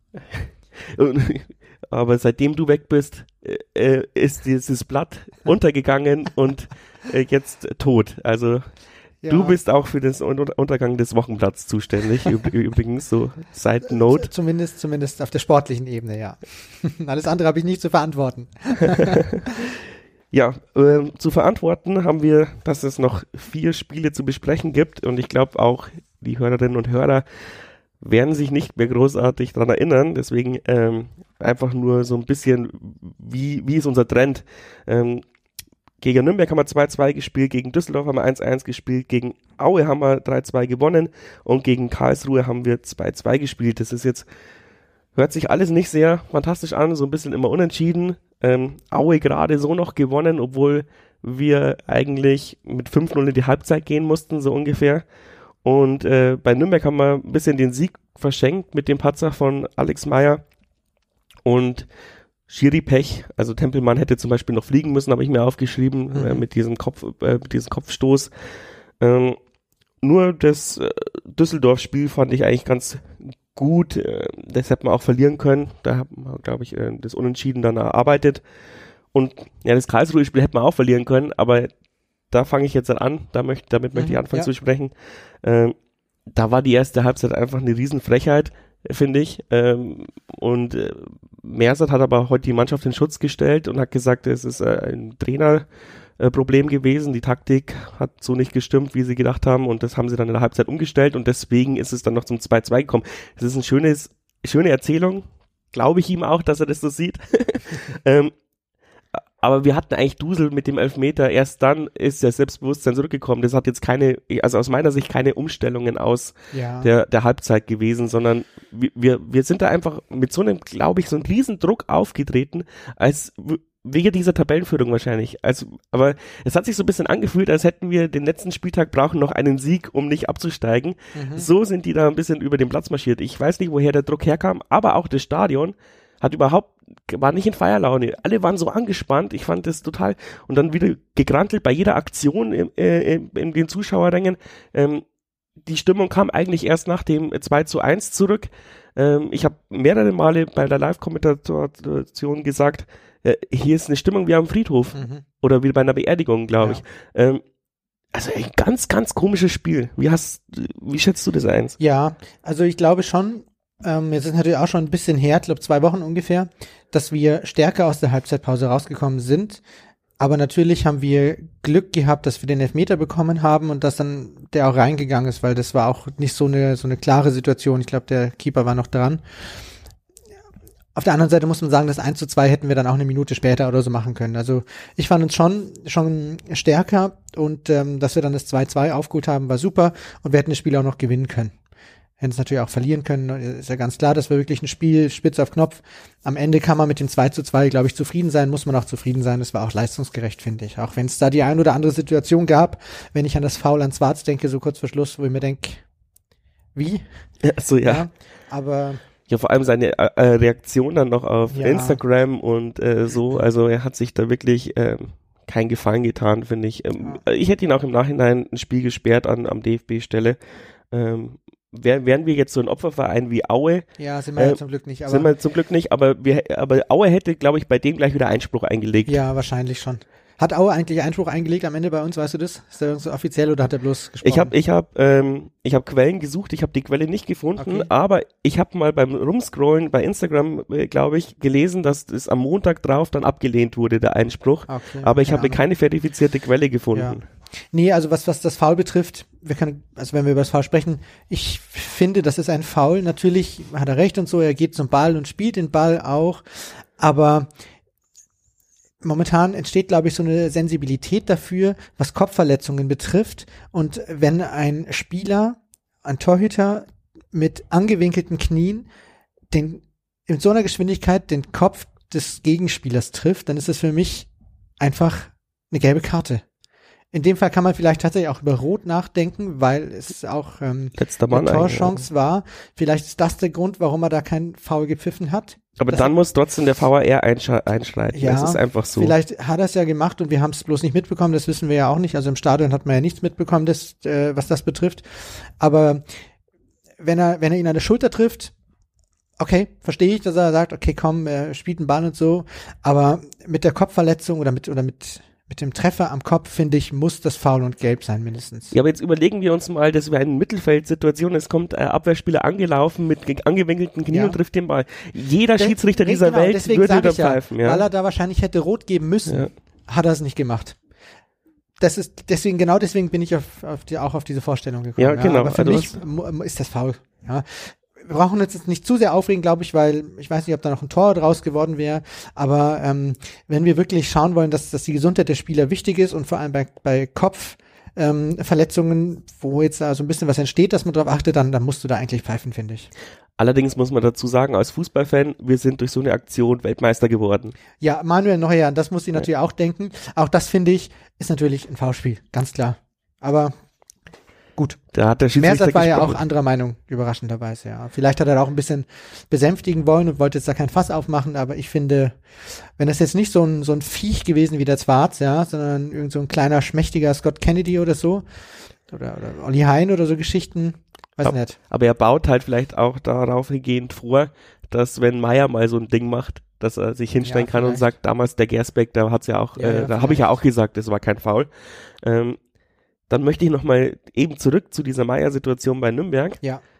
Aber seitdem du weg bist, ist dieses Blatt untergegangen und jetzt tot. Also du bist auch für den Untergang des Wochenblatts zuständig, übrigens, so Side Note. Zumindest auf der sportlichen Ebene, ja. Alles andere habe ich nicht zu verantworten. Ja, zu verantworten haben wir, dass es noch 4 Spiele zu besprechen gibt und ich glaube auch die Hörerinnen und Hörer werden sich nicht mehr großartig daran erinnern, deswegen einfach nur so ein bisschen, wie ist unser Trend. Gegen Nürnberg haben wir 2-2 gespielt, gegen Düsseldorf haben wir 1-1 gespielt, gegen Aue haben wir 3-2 gewonnen und gegen Karlsruhe haben wir 2-2 gespielt. Das ist jetzt, hört sich alles nicht sehr fantastisch an, so ein bisschen immer unentschieden. Aue gerade so noch gewonnen, obwohl wir eigentlich mit 5-0 in die Halbzeit gehen mussten, so ungefähr. Und bei Nürnberg haben wir ein bisschen den Sieg verschenkt mit dem Patzer von Alex Meyer und Schiri-Pech, also Tempelmann hätte zum Beispiel noch fliegen müssen, habe ich mir aufgeschrieben, mit diesem Kopfstoß. Nur das Düsseldorf-Spiel fand ich eigentlich ganz gut, das hätte man auch verlieren können, da hat man, glaube ich, das Unentschieden dann erarbeitet. Und ja, das Karlsruhe-Spiel hätte man auch verlieren können, aber da fange ich jetzt an, damit möchte ich anfangen zu sprechen. Da war die erste Halbzeit einfach eine Riesenfrechheit, finde ich. Und Mersat hat aber heute die Mannschaft in Schutz gestellt und hat gesagt, es ist ein Trainerproblem gewesen. Die Taktik hat so nicht gestimmt, wie sie gedacht haben und das haben sie dann in der Halbzeit umgestellt und deswegen ist es dann noch zum 2-2 gekommen. Es ist eine schöne Erzählung, glaube ich ihm auch, dass er das so sieht. Aber wir hatten eigentlich Dusel mit dem Elfmeter. Erst dann ist das Selbstbewusstsein zurückgekommen. Das hat jetzt keine, also aus meiner Sicht keine Umstellungen aus der Halbzeit gewesen, sondern wir sind da einfach mit so einem, glaube ich, so einem riesen Druck aufgetreten, als wegen dieser Tabellenführung wahrscheinlich. Also, aber es hat sich so ein bisschen angefühlt, als hätten wir den letzten Spieltag brauchen noch einen Sieg, um nicht abzusteigen. So sind die da ein bisschen über den Platz marschiert. Ich weiß nicht, woher der Druck herkam, aber auch das Stadion war nicht in Feierlaune. Alle waren so angespannt. Ich fand das total, und dann wieder gegrantelt bei jeder Aktion in den Zuschauerrängen. Die Stimmung kam eigentlich erst nach dem 2:1 zurück. Ich habe mehrere Male bei der Live-Kommentation gesagt, hier ist eine Stimmung wie am Friedhof oder wie bei einer Beerdigung, glaube ich. Also ein ganz, ganz komisches Spiel. Wie schätzt du das ein? Ja, also ich glaube schon, jetzt ist natürlich auch schon ein bisschen her, ich glaube 2 Wochen ungefähr, dass wir stärker aus der Halbzeitpause rausgekommen sind. Aber natürlich haben wir Glück gehabt, dass wir den Elfmeter bekommen haben und dass dann der auch reingegangen ist, weil das war auch nicht so eine klare Situation. Ich glaube, der Keeper war noch dran. Auf der anderen Seite muss man sagen, das 1:2 hätten wir dann auch eine Minute später oder so machen können. Also ich fand uns schon stärker und dass wir dann das 2:2 aufgeholt haben, war super und wir hätten das Spiel auch noch gewinnen können. Hätten es natürlich auch verlieren können, ist ja ganz klar, das war wirklich ein Spiel, spitz auf Knopf. Am Ende kann man mit dem 2:2, glaube ich, zufrieden sein, muss man auch zufrieden sein. Das war auch leistungsgerecht, finde ich. Auch wenn es da die ein oder andere Situation gab, wenn ich an das Foul an Schwarz denke, so kurz vor Schluss, wo ich mir denke, wie? Ja, aber ja, vor allem seine Reaktion dann noch auf Instagram und so, also er hat sich da wirklich keinen Gefallen getan, finde ich. Ich hätte ihn auch im Nachhinein ein Spiel gesperrt am DFB-Stelle. Wären wir jetzt so ein Opferverein wie Aue? Ja, sind wir ja zum Glück nicht. Aber Aue hätte, glaube ich, bei dem gleich wieder Einspruch eingelegt. Ja, wahrscheinlich schon. Hat Aue eigentlich Einspruch eingelegt am Ende bei uns, weißt du das? Ist der so offiziell oder hat er bloß gesprochen? Ich hab Quellen gesucht, ich habe die Quelle nicht gefunden, aber ich habe mal beim Rumscrollen bei Instagram, glaube ich, gelesen, dass es am Montag drauf dann abgelehnt wurde, der Einspruch. Okay, aber ich habe keine verifizierte Quelle gefunden. Ja. Nee, also was das Foul betrifft, wenn wir über das Foul sprechen, ich finde, das ist ein Foul. Natürlich hat er recht und so, er geht zum Ball und spielt den Ball auch, aber momentan entsteht, glaube ich, so eine Sensibilität dafür, was Kopfverletzungen betrifft. Und wenn ein Spieler, ein Torhüter mit angewinkelten Knien in so einer Geschwindigkeit den Kopf des Gegenspielers trifft, dann ist es für mich einfach eine gelbe Karte. In dem Fall kann man vielleicht tatsächlich auch über Rot nachdenken, weil es auch eine Torchance war. Vielleicht ist das der Grund, warum er da kein Foul gepfiffen hat. Aber dann muss trotzdem der VAR einschreiten. Ja, das ist einfach so. Vielleicht hat er es ja gemacht und wir haben es bloß nicht mitbekommen. Das wissen wir ja auch nicht. Also im Stadion hat man ja nichts mitbekommen, was das betrifft. Aber wenn er ihn an der Schulter trifft, okay, verstehe ich, dass er sagt, okay, komm, spielt einen Ball und so. Aber mit der Kopfverletzung oder mit dem Treffer am Kopf, finde ich, muss das Foul und Gelb sein, mindestens. Ja, aber jetzt überlegen wir uns mal, das wäre eine Mittelfeldsituation, es kommt ein Abwehrspieler angelaufen mit angewinkelten Knien und trifft den Ball. Jeder Schiedsrichter dieser Welt würde da pfeifen. Ja. Weil er da wahrscheinlich hätte Rot geben müssen, hat er es nicht gemacht. Deswegen bin ich auch auf diese Vorstellung gekommen. Ja, genau. Aber für mich ist das Foul. Ja. Wir brauchen uns jetzt nicht zu sehr aufregen, glaube ich, weil ich weiß nicht, ob da noch ein Tor draus geworden wäre, aber wenn wir wirklich schauen wollen, dass die Gesundheit der Spieler wichtig ist und vor allem bei Kopfverletzungen, wo jetzt da so ein bisschen was entsteht, dass man darauf achtet, dann musst du da eigentlich pfeifen, finde ich. Allerdings muss man dazu sagen, als Fußballfan, wir sind durch so eine Aktion Weltmeister geworden. Ja, Manuel Neuer, das muss ich natürlich auch denken. Auch das, finde ich, ist natürlich ein Foulspiel, ganz klar. Aber gut. Da hat der Schiedsrichter Mersat war ja auch anderer Meinung, überraschenderweise, ja. Vielleicht hat er da auch ein bisschen besänftigen wollen und wollte jetzt da kein Fass aufmachen, aber ich finde, wenn das jetzt nicht so ein Viech gewesen wie der Schwarz, ja, sondern irgend so ein kleiner, schmächtiger Scott Kennedy oder so, oder Olli Hein oder so Geschichten, weiß nicht. Aber er baut halt vielleicht auch darauf hingehend vor, dass wenn Meier mal so ein Ding macht, dass er sich hinstellen kann und sagt, damals der Gersbeck, da hat's ja auch, da habe ich ja auch gesagt, das war kein Foul. Dann möchte ich nochmal eben zurück zu dieser Meier-Situation bei Nürnberg,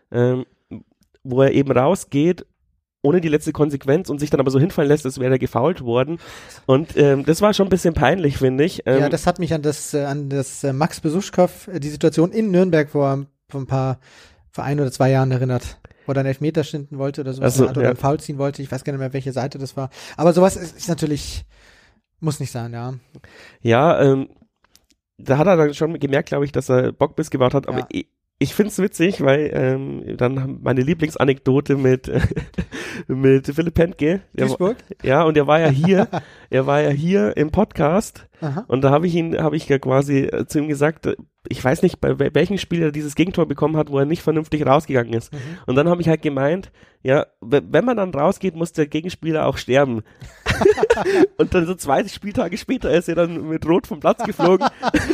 wo er eben rausgeht, ohne die letzte Konsequenz und sich dann aber so hinfallen lässt, als wäre er gefoult worden. Und das war schon ein bisschen peinlich, finde ich. Ja, das hat mich an das Max Besuschkow, die Situation in Nürnberg vor ein paar 1 oder 2 Jahren erinnert. wo er einen Elfmeter schinden wollte oder sowas, Also, oder einen Foul ziehen wollte. Ich weiß gar nicht mehr, welche Seite das war. Aber sowas ist natürlich, muss nicht sein, ja. Ja, da hat er dann schon gemerkt, glaube ich, dass er Bockbiss gebaut hat, aber ich finde es witzig, weil dann meine Lieblingsanekdote mit Philipp Pentke. Duisburg? Ja, und er war ja hier im Podcast. Aha. Und da habe ich ja quasi zu ihm gesagt, ich weiß nicht, bei welchem Spiel er dieses Gegentor bekommen hat, wo er nicht vernünftig rausgegangen ist. Mhm. Und dann habe ich halt gemeint, ja, wenn man dann rausgeht, muss der Gegenspieler auch sterben. Und dann so 2 Spieltage später ist er dann mit Rot vom Platz geflogen,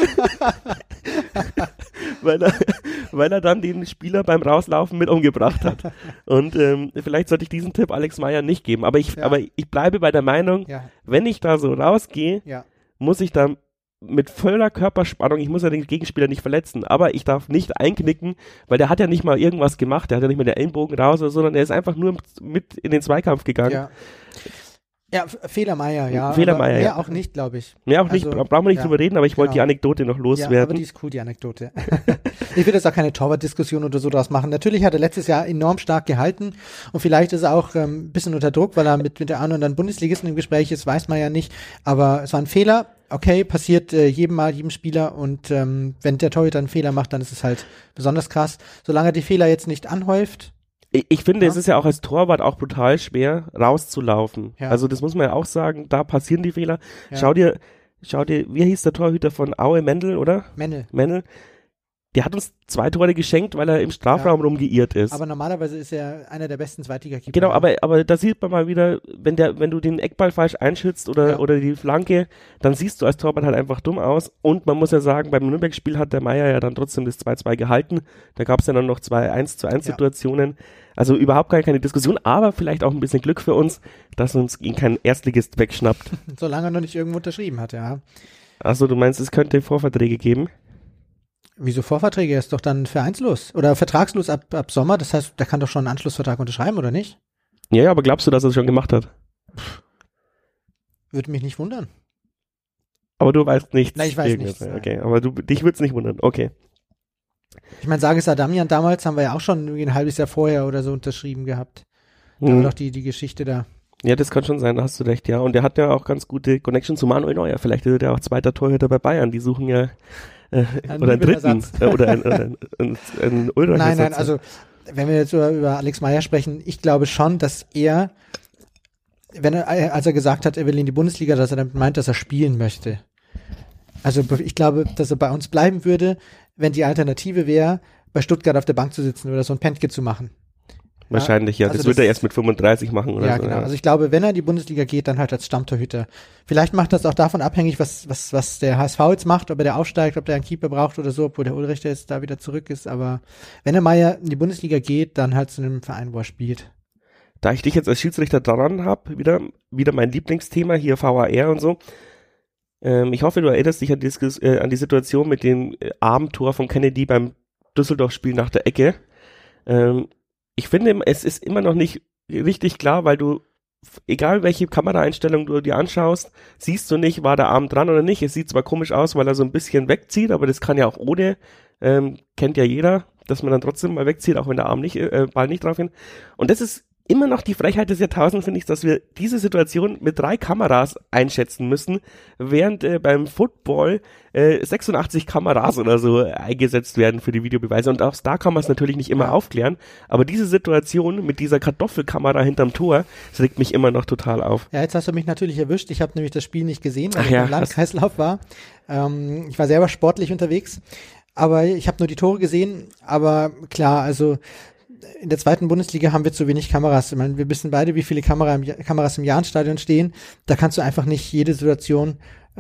weil er dann den Spieler beim Rauslaufen mit umgebracht hat. Und vielleicht sollte ich diesen Tipp Alex Meyer nicht geben, aber ich bleibe bei der Meinung, wenn ich da so rausgehe, muss ich da mit voller Körperspannung, ich muss ja den Gegenspieler nicht verletzen, aber ich darf nicht einknicken, weil der hat ja nicht mal irgendwas gemacht, der hat ja nicht mal den Ellenbogen raus, sondern der ist einfach nur mit in den Zweikampf gegangen. Ja, Fehlermeier, ja. Fehlermeier, mehr auch nicht, glaube ich. Mehr auch nicht, Also, brauchen wir nicht drüber reden, aber ich wollte die Anekdote noch loswerden. Ja, aber die ist cool, die Anekdote. Ich will jetzt auch keine Torwartdiskussion oder so draus machen. Natürlich hat er letztes Jahr enorm stark gehalten und vielleicht ist er auch ein bisschen unter Druck, weil er mit der einen oder anderen Bundesligisten im Gespräch ist, weiß man ja nicht. Aber es war ein Fehler. Okay, passiert jedem Spieler und wenn der Torhüter einen Fehler macht, dann ist es halt besonders krass. Solange er die Fehler jetzt nicht anhäuft. Ich finde, es ist ja auch als Torwart auch brutal schwer, rauszulaufen. Ja. Also das muss man ja auch sagen, da passieren die Fehler. Ja. Schau dir, wie hieß der Torhüter von Aue, Mendel, oder? Mendel. Der hat uns 2 Tore geschenkt, weil er im Strafraum rumgeirrt ist. Aber normalerweise ist er einer der besten Zweitliga-Keeper. Genau, aber da sieht man mal wieder, wenn du den Eckball falsch einschützt oder die Flanke, dann siehst du als Torwart halt einfach dumm aus. Und man muss ja sagen, beim Nürnberg-Spiel hat der Meier ja dann trotzdem das 2-2 gehalten. Da gab es ja dann noch 2 1-zu-1-Situationen. Also überhaupt keine Diskussion, aber vielleicht auch ein bisschen Glück für uns, dass uns ihn kein Erstligist wegschnappt. Solange er noch nicht irgendwo unterschrieben hat, ja. Achso, du meinst, es könnte Vorverträge geben? Wieso Vorverträge? Er ist doch dann vereinslos oder vertragslos ab Sommer. Das heißt, der kann doch schon einen Anschlussvertrag unterschreiben, oder nicht? Ja, aber glaubst du, dass er es schon gemacht hat? Würde mich nicht wundern. Aber du weißt nichts. Nein, ich weiß nichts. Okay, aber dich würde es nicht wundern. Okay. Ich meine, Sages Adamian damals haben wir ja auch schon irgendwie ein halbes Jahr vorher oder so unterschrieben gehabt. Da war doch die Geschichte da. Ja, das kann schon sein, da hast du recht, ja. Und der hat ja auch ganz gute Connection zu Manuel Neuer. Vielleicht ist er auch zweiter Torhüter bei Bayern. Die suchen ja oder einen dritten oder einen Ulreich. Nein, also wenn wir jetzt über Alex Meyer sprechen, ich glaube schon, dass er, als er gesagt hat, er will in die Bundesliga, dass er damit meint, dass er spielen möchte. Also ich glaube, dass er bei uns bleiben würde, wenn die Alternative wäre, bei Stuttgart auf der Bank zu sitzen oder so ein Pentke zu machen. Wahrscheinlich, ja. Also das wird er erst mit 35 machen oder so. Genau. Ja. Also ich glaube, wenn er in die Bundesliga geht, dann halt als Stammtorhüter. Vielleicht macht das auch davon abhängig, was der HSV jetzt macht, ob er aufsteigt, ob der einen Keeper braucht oder so, obwohl der Ulrich jetzt da wieder zurück ist. Aber wenn der Meier in die Bundesliga geht, dann halt zu einem Verein, wo er spielt. Da ich dich jetzt als Schiedsrichter dran habe, wieder mein Lieblingsthema, hier VAR und so. Ich hoffe, du erinnerst dich an die Situation mit dem Abendtor von Kennedy beim Düsseldorf-Spiel nach der Ecke. Ich finde, es ist immer noch nicht richtig klar, weil du, egal welche Kameraeinstellung du dir anschaust, siehst du nicht, war der Arm dran oder nicht. Es sieht zwar komisch aus, weil er so ein bisschen wegzieht, aber das kann ja auch ohne, kennt ja jeder, dass man dann trotzdem mal wegzieht, auch wenn der Ball nicht drauf hin. Und das ist immer noch die Frechheit des Jahrtausends, finde ich, dass wir diese Situation mit 3 Kameras einschätzen müssen, während beim Football 86 Kameras oder so eingesetzt werden für die Videobeweise. Und auch da kann man es natürlich nicht immer aufklären, aber diese Situation mit dieser Kartoffelkamera hinterm Tor, das regt mich immer noch total auf. Ja, jetzt hast du mich natürlich erwischt. Ich habe nämlich das Spiel nicht gesehen, weil ich im Landkreislauf war. Ich war selber sportlich unterwegs, aber ich habe nur die Tore gesehen. Aber klar, also in der 2. Bundesliga haben wir zu wenig Kameras. Ich meine, wir wissen beide, wie viele Kameras im Jahrenstadion stehen. Da kannst du einfach nicht jede Situation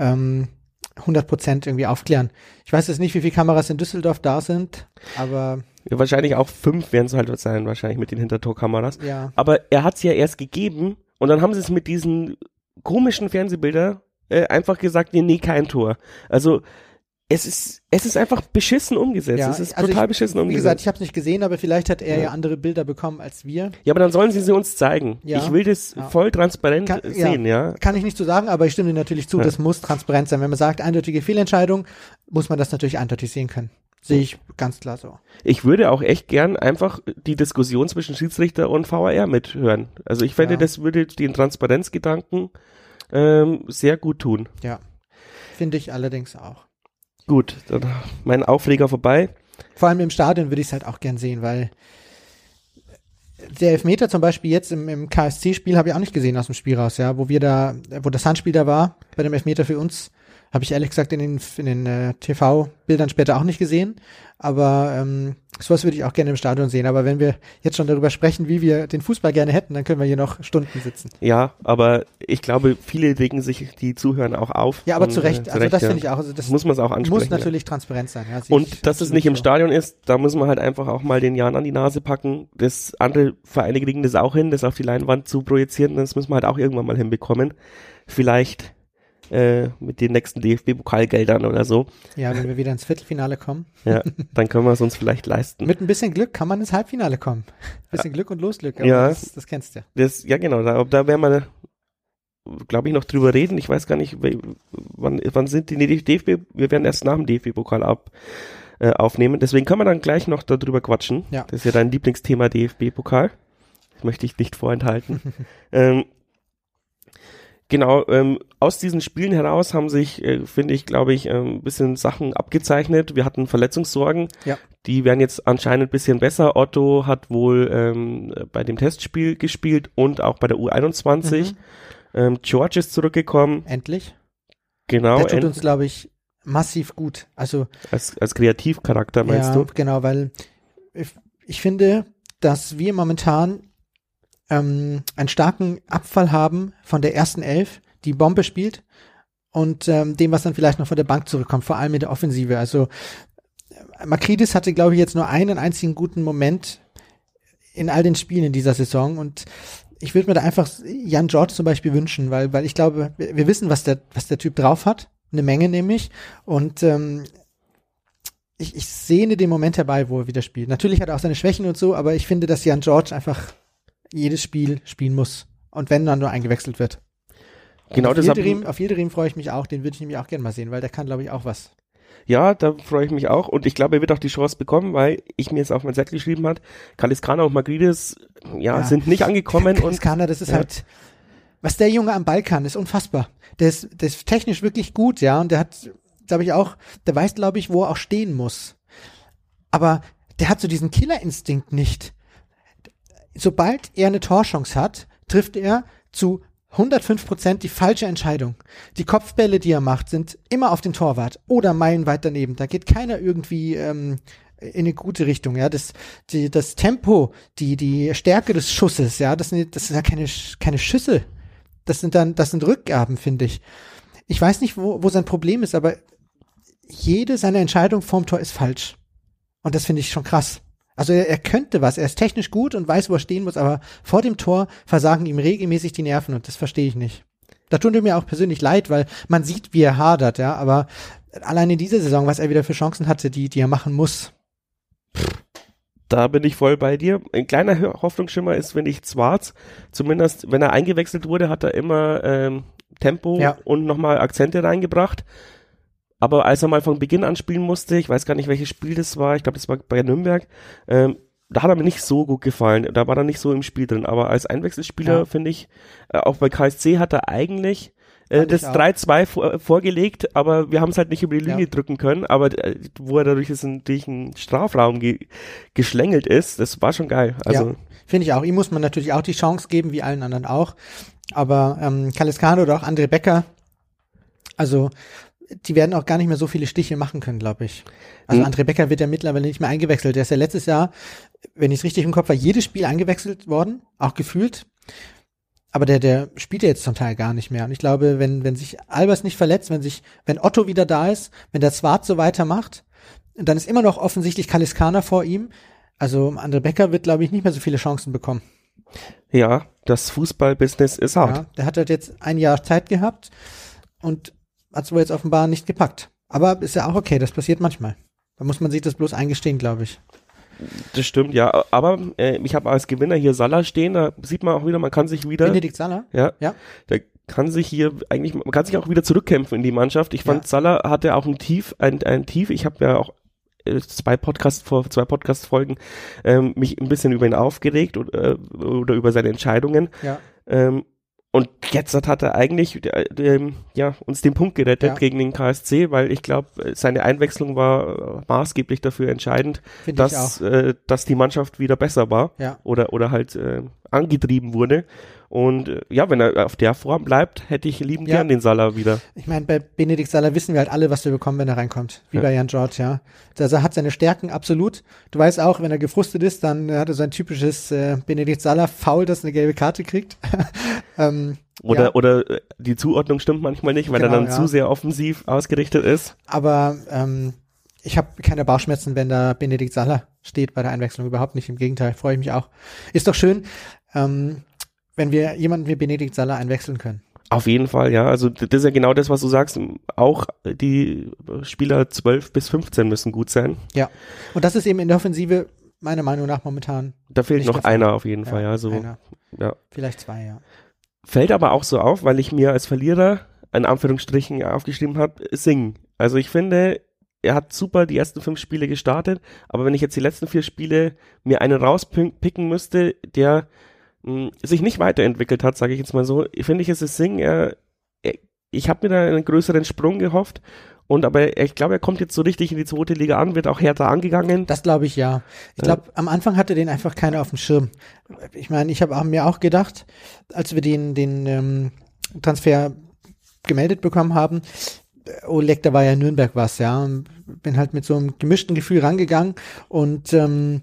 100% irgendwie aufklären. Ich weiß jetzt nicht, wie viele Kameras in Düsseldorf da sind, aber ja, wahrscheinlich auch 5 werden es halt sein, wahrscheinlich mit den Hintertorkameras. Ja. Aber er hat es ja erst gegeben und dann haben sie es mit diesen komischen Fernsehbildern einfach gesagt, nee, kein Tor. Also es ist einfach beschissen umgesetzt. Ja, es ist total beschissen umgesetzt. Wie gesagt, ich habe es nicht gesehen, aber vielleicht hat er ja andere Bilder bekommen als wir. Ja, aber dann sollen sie uns zeigen. Ja. Ich will das voll transparent sehen, ja. Kann ich nicht so sagen, aber ich stimme dir natürlich zu, das muss transparent sein. Wenn man sagt, eindeutige Fehlentscheidung, muss man das natürlich eindeutig sehen können. Sehe ich ganz klar so. Ich würde auch echt gern einfach die Diskussion zwischen Schiedsrichter und VAR mithören. Also ich fände, das würde den Transparenzgedanken sehr gut tun. Ja, finde ich allerdings auch. Gut, dann mein Aufreger vorbei. Vor allem im Stadion würde ich es halt auch gern sehen, weil der Elfmeter zum Beispiel jetzt im KSC-Spiel habe ich auch nicht gesehen aus dem Spiel raus, ja, wo das Handspiel da war, bei dem Elfmeter für uns, habe ich ehrlich gesagt in den TV-Bildern später auch nicht gesehen, aber sowas würde ich auch gerne im Stadion sehen, aber wenn wir jetzt schon darüber sprechen, wie wir den Fußball gerne hätten, dann können wir hier noch Stunden sitzen. Ja, aber ich glaube, viele regen sich die Zuhörer auch auf. Ja, aber zu Recht, also das finde ich auch, also das muss man es auch ansprechen. Muss natürlich transparent sein. Ja, und dass es nicht im Stadion ist, da muss man halt einfach auch mal den Jan an die Nase packen. Das andere Vereine kriegen das auch hin, das auf die Leinwand zu projizieren, das müssen wir halt auch irgendwann mal hinbekommen. Vielleicht mit den nächsten DFB-Pokalgeldern oder so. Ja, wenn wir wieder ins Viertelfinale kommen. Ja, dann können wir es uns vielleicht leisten. Mit ein bisschen Glück kann man ins Halbfinale kommen. Bisschen Glück und Losglück, aber ja, das kennst du. Ja, genau, da werden wir, glaube ich, noch drüber reden. Ich weiß gar nicht, wann sind die DFB, wir werden erst nach dem DFB-Pokal aufnehmen. Deswegen können wir dann gleich noch darüber quatschen. Ja. Das ist ja dein Lieblingsthema DFB-Pokal. Das möchte ich nicht vorenthalten. Genau, aus diesen Spielen heraus haben sich, finde ich, glaube ich, ein bisschen Sachen abgezeichnet. Wir hatten Verletzungssorgen, die werden jetzt anscheinend ein bisschen besser. Otto hat wohl bei dem Testspiel gespielt und auch bei der U21. George ist zurückgekommen. Endlich. Genau. Der tut uns, glaube ich, massiv gut. Also als Kreativcharakter meinst du? Ja, genau, weil ich finde, dass wir momentan einen starken Abfall haben von der ersten Elf, die Bombe spielt und dem, was dann vielleicht noch von der Bank zurückkommt, vor allem in der Offensive. Also Makridis hatte, glaube ich, jetzt nur einen einzigen guten Moment in all den Spielen in dieser Saison und ich würde mir da einfach Jan George zum Beispiel wünschen, weil ich glaube, wir wissen, was der Typ drauf hat, eine Menge nämlich und ich sehne den Moment herbei, wo er wieder spielt. Natürlich hat er auch seine Schwächen und so, aber ich finde, dass Jan George einfach jedes Spiel spielen muss. Und wenn dann nur eingewechselt wird. Genau, auf Yildirim freue ich mich auch. Den würde ich nämlich auch gerne mal sehen, weil der kann, glaube ich, auch was. Ja, da freue ich mich auch. Und ich glaube, er wird auch die Chance bekommen, weil ich mir jetzt auf mein Zettel geschrieben hat, Kaliskana und Magridis, sind nicht angekommen. Kaliskana, das ist halt, was der Junge am Ball kann, ist unfassbar. Der ist technisch wirklich gut, ja. Und der hat, glaube ich, auch, der weiß, glaube ich, wo er auch stehen muss. Aber der hat so diesen Killerinstinkt nicht. Sobald er eine Torchance hat, trifft er zu 105% die falsche Entscheidung. Die Kopfbälle, die er macht, sind immer auf den Torwart oder meilenweit daneben. Da geht keiner irgendwie in eine gute Richtung. Ja, das Tempo, die Stärke des Schusses, ja, das sind ja keine Schüsse. Das sind Rückgaben, finde ich. Ich weiß nicht, wo sein Problem ist, aber jede seiner Entscheidungen vorm Tor ist falsch. Und das finde ich schon krass. Also er könnte was, er ist technisch gut und weiß, wo er stehen muss, aber vor dem Tor versagen ihm regelmäßig die Nerven und das verstehe ich nicht. Da tut er mir auch persönlich leid, weil man sieht, wie er hadert, ja, aber allein in dieser Saison, was er wieder für Chancen hatte, die er machen muss. Da bin ich voll bei dir. Ein kleiner Hoffnungsschimmer ist, wenn ich Zwarz, zumindest wenn er eingewechselt wurde, hat er immer Tempo und nochmal Akzente reingebracht. Aber als er mal von Beginn an spielen musste, ich weiß gar nicht, welches Spiel das war, ich glaube, das war bei Nürnberg, da hat er mir nicht so gut gefallen, da war er nicht so im Spiel drin, aber als Einwechselspieler finde ich, auch bei KSC hat er eigentlich das 3-2 vorgelegt, aber wir haben es halt nicht über die Linie drücken können, aber wo er dadurch durch einen Strafraum geschlängelt ist, das war schon geil. Also finde ich auch, ihm muss man natürlich auch die Chance geben, wie allen anderen auch, aber Kaliskano oder auch André Becker, also die werden auch gar nicht mehr so viele Stiche machen können, glaube ich. Also André Becker wird ja mittlerweile nicht mehr eingewechselt. Der ist ja letztes Jahr, wenn ich es richtig im Kopf habe, jedes Spiel eingewechselt worden, auch gefühlt. Aber der spielt ja jetzt zum Teil gar nicht mehr. Und ich glaube, wenn sich Albers nicht verletzt, wenn Otto wieder da ist, wenn der Zwart so weitermacht, dann ist immer noch offensichtlich Kaliskana vor ihm. Also André Becker wird, glaube ich, nicht mehr so viele Chancen bekommen. Ja, das Fußballbusiness ist hart. Ja, der hat halt jetzt ein Jahr Zeit gehabt und hat es wohl jetzt offenbar nicht gepackt. Aber ist ja auch okay, das passiert manchmal. Da muss man sich das bloß eingestehen, glaube ich. Das stimmt, ja. Aber ich habe als Gewinner hier Salah stehen, da sieht man auch wieder, man kann sich wieder... Benedikt Salah? Ja. Der kann sich hier eigentlich, man kann sich auch wieder zurückkämpfen in die Mannschaft. Ich fand, Salah hatte auch ein Tief. Ich habe ja auch vor 2 Podcast-Folgen mich ein bisschen über ihn aufgeregt oder über seine Entscheidungen. Ja. Und jetzt hat er eigentlich uns den Punkt gerettet gegen den KSC, weil ich glaube, seine Einwechslung war maßgeblich dafür entscheidend, dass die Mannschaft wieder besser war oder halt angetrieben wurde. Und wenn er auf der Form bleibt, hätte ich liebend gern den Salah wieder. Ich meine, bei Benedikt Salah wissen wir halt alle, was wir bekommen, wenn er reinkommt. Wie bei Jan George, ja. Also er hat seine Stärken, absolut. Du weißt auch, wenn er gefrustet ist, dann hat er so ein typisches Benedikt Salah-Foul, das eine gelbe Karte kriegt. Oder die Zuordnung stimmt manchmal nicht, weil er dann zu sehr offensiv ausgerichtet ist. Aber ich habe keine Bauchschmerzen, wenn da Benedikt Salah steht bei der Einwechslung. Überhaupt nicht, im Gegenteil, freue ich mich auch. Ist doch schön, wenn wir jemanden wie Benedikt Salah einwechseln können. Auf jeden Fall, ja. Also das ist ja genau das, was du sagst. Auch die Spieler 12 bis 15 müssen gut sein. Ja, und das ist eben in der Offensive meiner Meinung nach momentan. Da fehlt noch einer auf jeden Fall, ja. So, einer. Ja. Vielleicht 2, ja. Fällt aber auch so auf, weil ich mir als Verlierer in Anführungsstrichen aufgeschrieben habe, Singh. Also ich finde, er hat super die ersten 5 Spiele gestartet, aber wenn ich jetzt die letzten 4 Spiele mir einen rauspicken müsste, der sich nicht weiterentwickelt hat, sage ich jetzt mal so, finde ich, es ist Singh, ich habe mir da einen größeren Sprung gehofft, aber ich glaube, er kommt jetzt so richtig in die 2. Liga an, wird auch härter angegangen. Das glaube ich, ja. Ich glaube, am Anfang hatte den einfach keiner auf dem Schirm. Ich meine, ich habe mir auch gedacht, als wir den Transfer gemeldet bekommen haben, oh leck, da war ja Nürnberg was, ja. Bin halt mit so einem gemischten Gefühl rangegangen und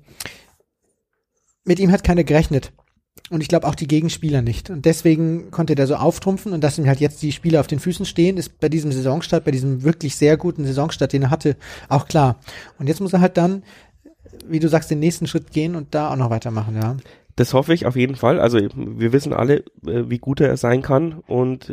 mit ihm hat keiner gerechnet. Und ich glaube auch die Gegenspieler nicht. Und deswegen konnte der so auftrumpfen und dass ihm halt jetzt die Spieler auf den Füßen stehen, ist bei diesem Saisonstart, bei diesem wirklich sehr guten Saisonstart, den er hatte, auch klar. Und jetzt muss er halt dann, wie du sagst, den nächsten Schritt gehen und da auch noch weitermachen, ja. Das hoffe ich auf jeden Fall. Also wir wissen alle, wie gut er sein kann und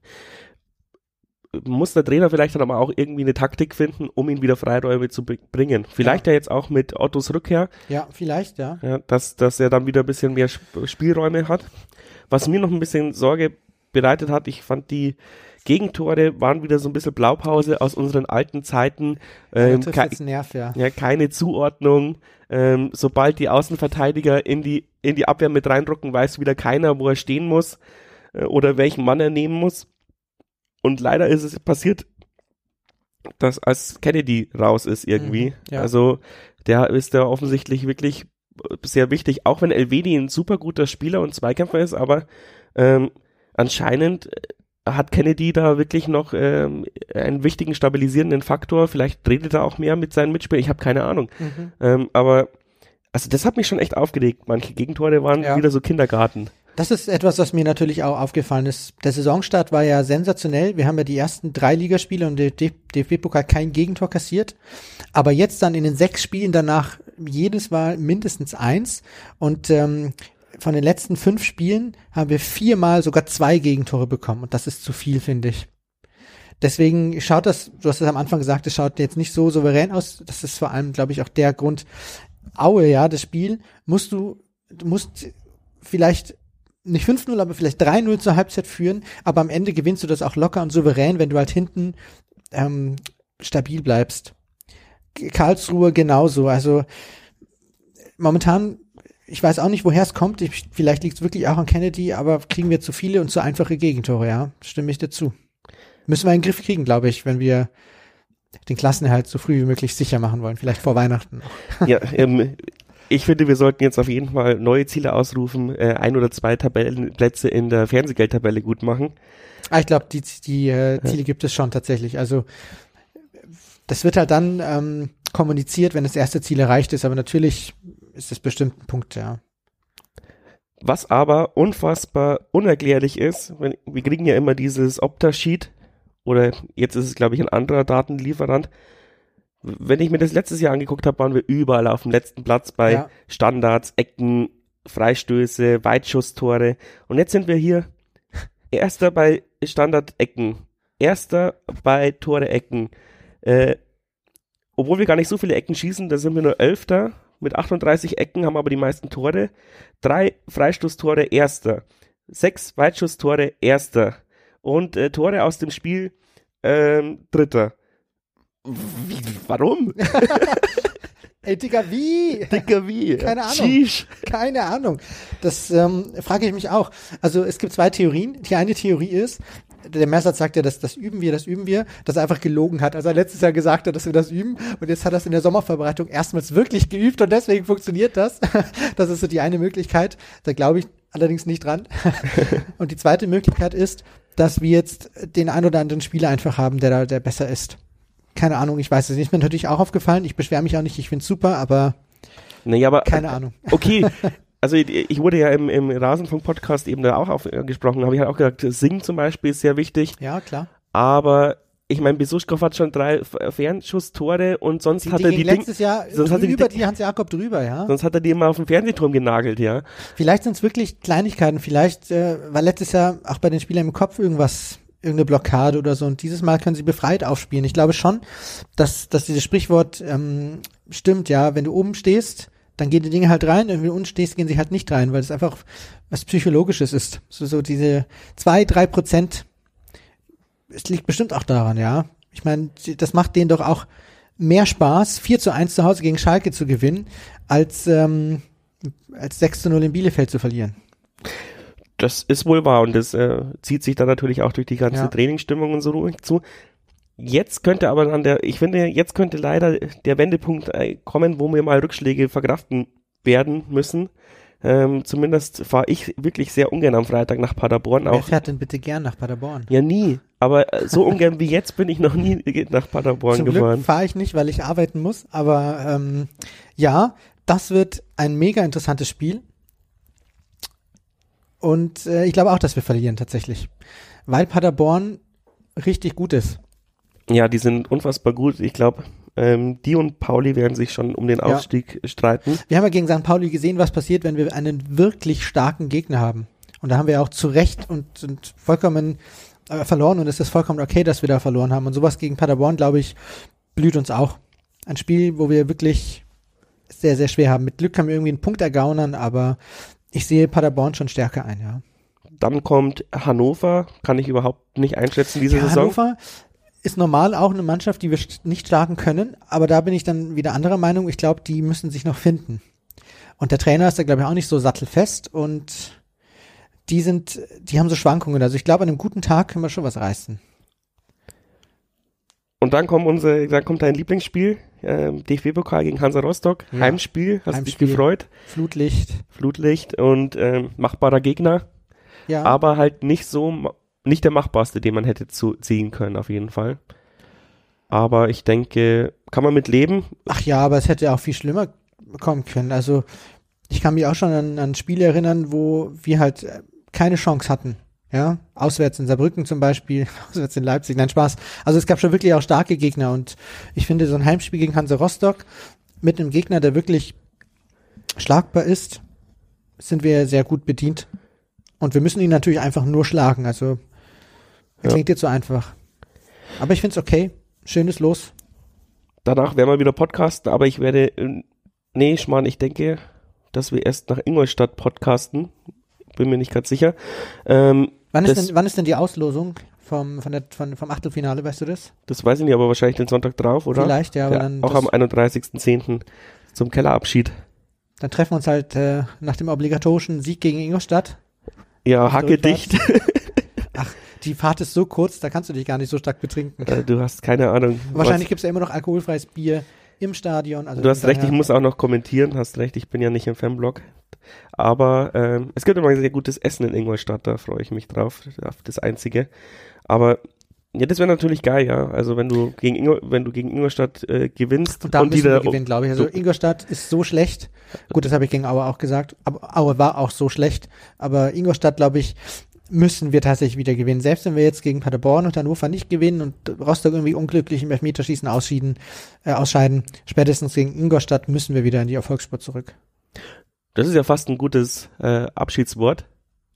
muss der Trainer vielleicht dann aber auch irgendwie eine Taktik finden, um ihn wieder Freiräume zu bringen. Vielleicht ja jetzt auch mit Ottos Rückkehr. Ja, vielleicht, ja. Dass er dann wieder ein bisschen mehr Spielräume hat. Was mir noch ein bisschen Sorge bereitet hat, ich fand die Gegentore waren wieder so ein bisschen Blaupause aus unseren alten Zeiten. Keine Zuordnung. Sobald die Außenverteidiger in die Abwehr mit reinrücken, weiß wieder keiner, wo er stehen muss oder welchen Mann er nehmen muss. Und leider ist es passiert, dass als Kennedy raus ist irgendwie, also der ist da offensichtlich wirklich sehr wichtig, auch wenn Elvedi ein super guter Spieler und Zweikämpfer ist, aber anscheinend hat Kennedy da wirklich noch einen wichtigen stabilisierenden Faktor, vielleicht redet er auch mehr mit seinen Mitspielern, ich habe keine Ahnung, aber also das hat mich schon echt aufgeregt, manche Gegentore waren wieder so Kindergarten. Das ist etwas, was mir natürlich auch aufgefallen ist. Der Saisonstart war ja sensationell. Wir haben ja die ersten 3 Ligaspiele und der DFB-Pokal kein Gegentor kassiert. Aber jetzt dann in den 6 Spielen danach jedes Mal mindestens 1. Und von den letzten 5 Spielen haben wir 4 Mal sogar 2 Gegentore bekommen. Und das ist zu viel, finde ich. Deswegen schaut das, du hast es am Anfang gesagt, es schaut jetzt nicht so souverän aus. Das ist vor allem, glaube ich, auch der Grund. Aue, ja, das Spiel du musst vielleicht nicht 5-0, aber vielleicht 3-0 zur Halbzeit führen, aber am Ende gewinnst du das auch locker und souverän, wenn du halt hinten stabil bleibst. Karlsruhe genauso, also momentan, ich weiß auch nicht, woher es kommt, vielleicht liegt es wirklich auch an Kennedy, aber kriegen wir zu viele und zu einfache Gegentore, ja, stimme ich dazu. Müssen wir in den Griff kriegen, glaube ich, wenn wir den Klassenerhalt so früh wie möglich sicher machen wollen, vielleicht vor Weihnachten. Ja, ich finde, wir sollten jetzt auf jeden Fall neue Ziele ausrufen, 1 oder 2 Tabellenplätze in der Fernsehgeldtabelle gut machen. Ich glaube, die Ziele gibt es schon tatsächlich. Also das wird halt dann kommuniziert, wenn das erste Ziel erreicht ist, aber natürlich ist das bestimmt ein Punkt, ja. Was aber unfassbar unerklärlich ist, wir kriegen ja immer dieses Opta-Sheet oder jetzt ist es, glaube ich, ein anderer Datenlieferant. Wenn ich mir das letztes Jahr angeguckt habe, waren wir überall auf dem letzten Platz bei Standards, Ecken, Freistöße, Weitschusstore. Und jetzt sind wir hier Erster bei Standard-Ecken, Erster bei Tore-Ecken. Obwohl wir gar nicht so viele Ecken schießen, da sind wir nur 11. Mit 38 Ecken, haben aber die meisten Tore. 3 Freistoßtore, Erster. 6 Weitschusstore, Erster. Und Tore aus dem Spiel, Dritter. Warum? Ey, Digga, wie? Digga, wie? Keine Ahnung. Sheesh. Keine Ahnung. Das frage ich mich auch. Also es gibt zwei Theorien. Die eine Theorie ist, der Mersatz sagt ja, das üben wir, dass er einfach gelogen hat. Also er letztes Jahr gesagt hat, dass wir das üben und jetzt hat er es in der Sommervorbereitung erstmals wirklich geübt und deswegen funktioniert das. Das ist so die eine Möglichkeit. Da glaube ich allerdings nicht dran. Und die zweite Möglichkeit ist, dass wir jetzt den ein oder anderen Spieler einfach haben, der besser ist. Keine Ahnung, ich weiß es nicht. Ist mir natürlich auch aufgefallen. Ich beschwere mich auch nicht, ich finde es super, aber keine Ahnung. Okay, also ich wurde ja im Rasenfunk-Podcast eben da auch angesprochen, habe ich halt auch gesagt, Singen zum Beispiel ist sehr wichtig. Ja, klar. Aber ich meine, Besuschkow hat schon 3 Fernschusstore und sonst hat er die letztes Jahr über die Hans-Jakob drüber, ja. Sonst hat er die immer auf den Fernsehturm genagelt, ja. Vielleicht sind es wirklich Kleinigkeiten, vielleicht war letztes Jahr auch bei den Spielern im Kopf irgendeine Blockade oder so und dieses Mal können sie befreit aufspielen. Ich glaube schon, dass dieses Sprichwort stimmt, ja, wenn du oben stehst, dann gehen die Dinge halt rein, und wenn du unten stehst, gehen sie halt nicht rein, weil es einfach was Psychologisches ist. So diese 2-3%, es liegt bestimmt auch daran, ja. Ich meine, das macht denen doch auch mehr Spaß, 4:1 zu Hause gegen Schalke zu gewinnen, als 6:0 in Bielefeld zu verlieren. Das ist wohl wahr und das zieht sich dann natürlich auch durch die ganze Trainingsstimmung und so ruhig zu. Jetzt könnte aber jetzt könnte leider der Wendepunkt kommen, wo wir mal Rückschläge verkraften werden müssen. Zumindest fahre ich wirklich sehr ungern am Freitag nach Paderborn. Wer fährt denn bitte gern nach Paderborn? Ja, nie. Aber so ungern wie jetzt bin ich noch nie nach Paderborn gefahren. Zum Glück fahre ich nicht, weil ich arbeiten muss. Aber ja, das wird ein mega interessantes Spiel. Und ich glaube auch, dass wir verlieren tatsächlich. Weil Paderborn richtig gut ist. Ja, die sind unfassbar gut. Ich glaube, die und Pauli werden sich schon um den Aufstieg streiten. Wir haben ja gegen St. Pauli gesehen, was passiert, wenn wir einen wirklich starken Gegner haben. Und da haben wir auch zu Recht und vollkommen verloren und es ist vollkommen okay, dass wir da verloren haben. Und sowas gegen Paderborn, glaube ich, blüht uns auch. Ein Spiel, wo wir wirklich sehr, sehr schwer haben. Mit Glück können wir irgendwie einen Punkt ergaunern, aber ich sehe Paderborn schon stärker ein, ja. Dann kommt Hannover, kann ich überhaupt nicht einschätzen diese Saison. Hannover ist normal auch eine Mannschaft, die wir nicht schlagen können, aber da bin ich dann wieder anderer Meinung. Ich glaube, die müssen sich noch finden. Und der Trainer ist da, glaube ich, auch nicht so sattelfest und die haben so Schwankungen. Also ich glaube, an einem guten Tag können wir schon was reißen. Und dann kommt dein Lieblingsspiel, DFB-Pokal gegen Hansa Rostock, ja. Heimspiel, hast du dich gefreut? Flutlicht und machbarer Gegner, ja. Aber halt nicht der machbarste, den man hätte ziehen können auf jeden Fall. Aber ich denke, kann man mit leben. Ach ja, aber es hätte auch viel schlimmer kommen können. Also ich kann mich auch schon an Spiele erinnern, wo wir halt keine Chance hatten. Ja, auswärts in Saarbrücken zum Beispiel, auswärts in Leipzig, nein, Spaß. Also es gab schon wirklich auch starke Gegner und ich finde, so ein Heimspiel gegen Hansa Rostock mit einem Gegner, der wirklich schlagbar ist, sind wir sehr gut bedient. Und wir müssen ihn natürlich einfach nur schlagen, also klingt jetzt so einfach. Aber ich finde es okay, schönes Los. Danach werden wir wieder podcasten, aber ich denke, dass wir erst nach Ingolstadt podcasten. Bin mir nicht ganz sicher. Wann ist denn die Auslosung vom Achtelfinale, weißt du das? Das weiß ich nicht, aber wahrscheinlich den Sonntag drauf, oder? Vielleicht, ja. Aber dann auch am 31.10. zum Kellerabschied. Dann treffen wir uns halt nach dem obligatorischen Sieg gegen Ingolstadt. Ja, hacke dicht. Ach, die Fahrt ist so kurz, da kannst du dich gar nicht so stark betrinken. Du hast keine Ahnung. Wahrscheinlich gibt es ja immer noch alkoholfreies Bier im Stadion. Also du hast recht, ich muss auch noch kommentieren, hast recht, ich bin ja nicht im Fanblog. Aber es gibt immer ein sehr gutes Essen in Ingolstadt, da freue ich mich drauf, das Einzige. Aber ja, das wäre natürlich geil, ja. Also wenn du gegen Ingolstadt gewinnst. Und da müssen wir gewinnen, glaube ich. Also Ingolstadt ist so schlecht. Gut, das habe ich gegen Aue auch gesagt. Aber Aue war auch so schlecht. Aber Ingolstadt, glaube ich, müssen wir tatsächlich wieder gewinnen. Selbst wenn wir jetzt gegen Paderborn und Hannover nicht gewinnen und Rostock irgendwie unglücklich im Elfmeterschießen ausscheiden, spätestens gegen Ingolstadt müssen wir wieder in die Erfolgsspur zurück. Das ist ja fast ein gutes Abschiedswort.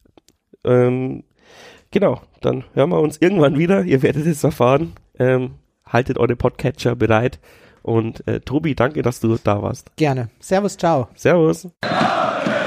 Genau, dann hören wir uns irgendwann wieder. Ihr werdet es erfahren. Haltet eure Podcatcher bereit. Und Tobi, danke, dass du da warst. Gerne. Servus, ciao. Servus.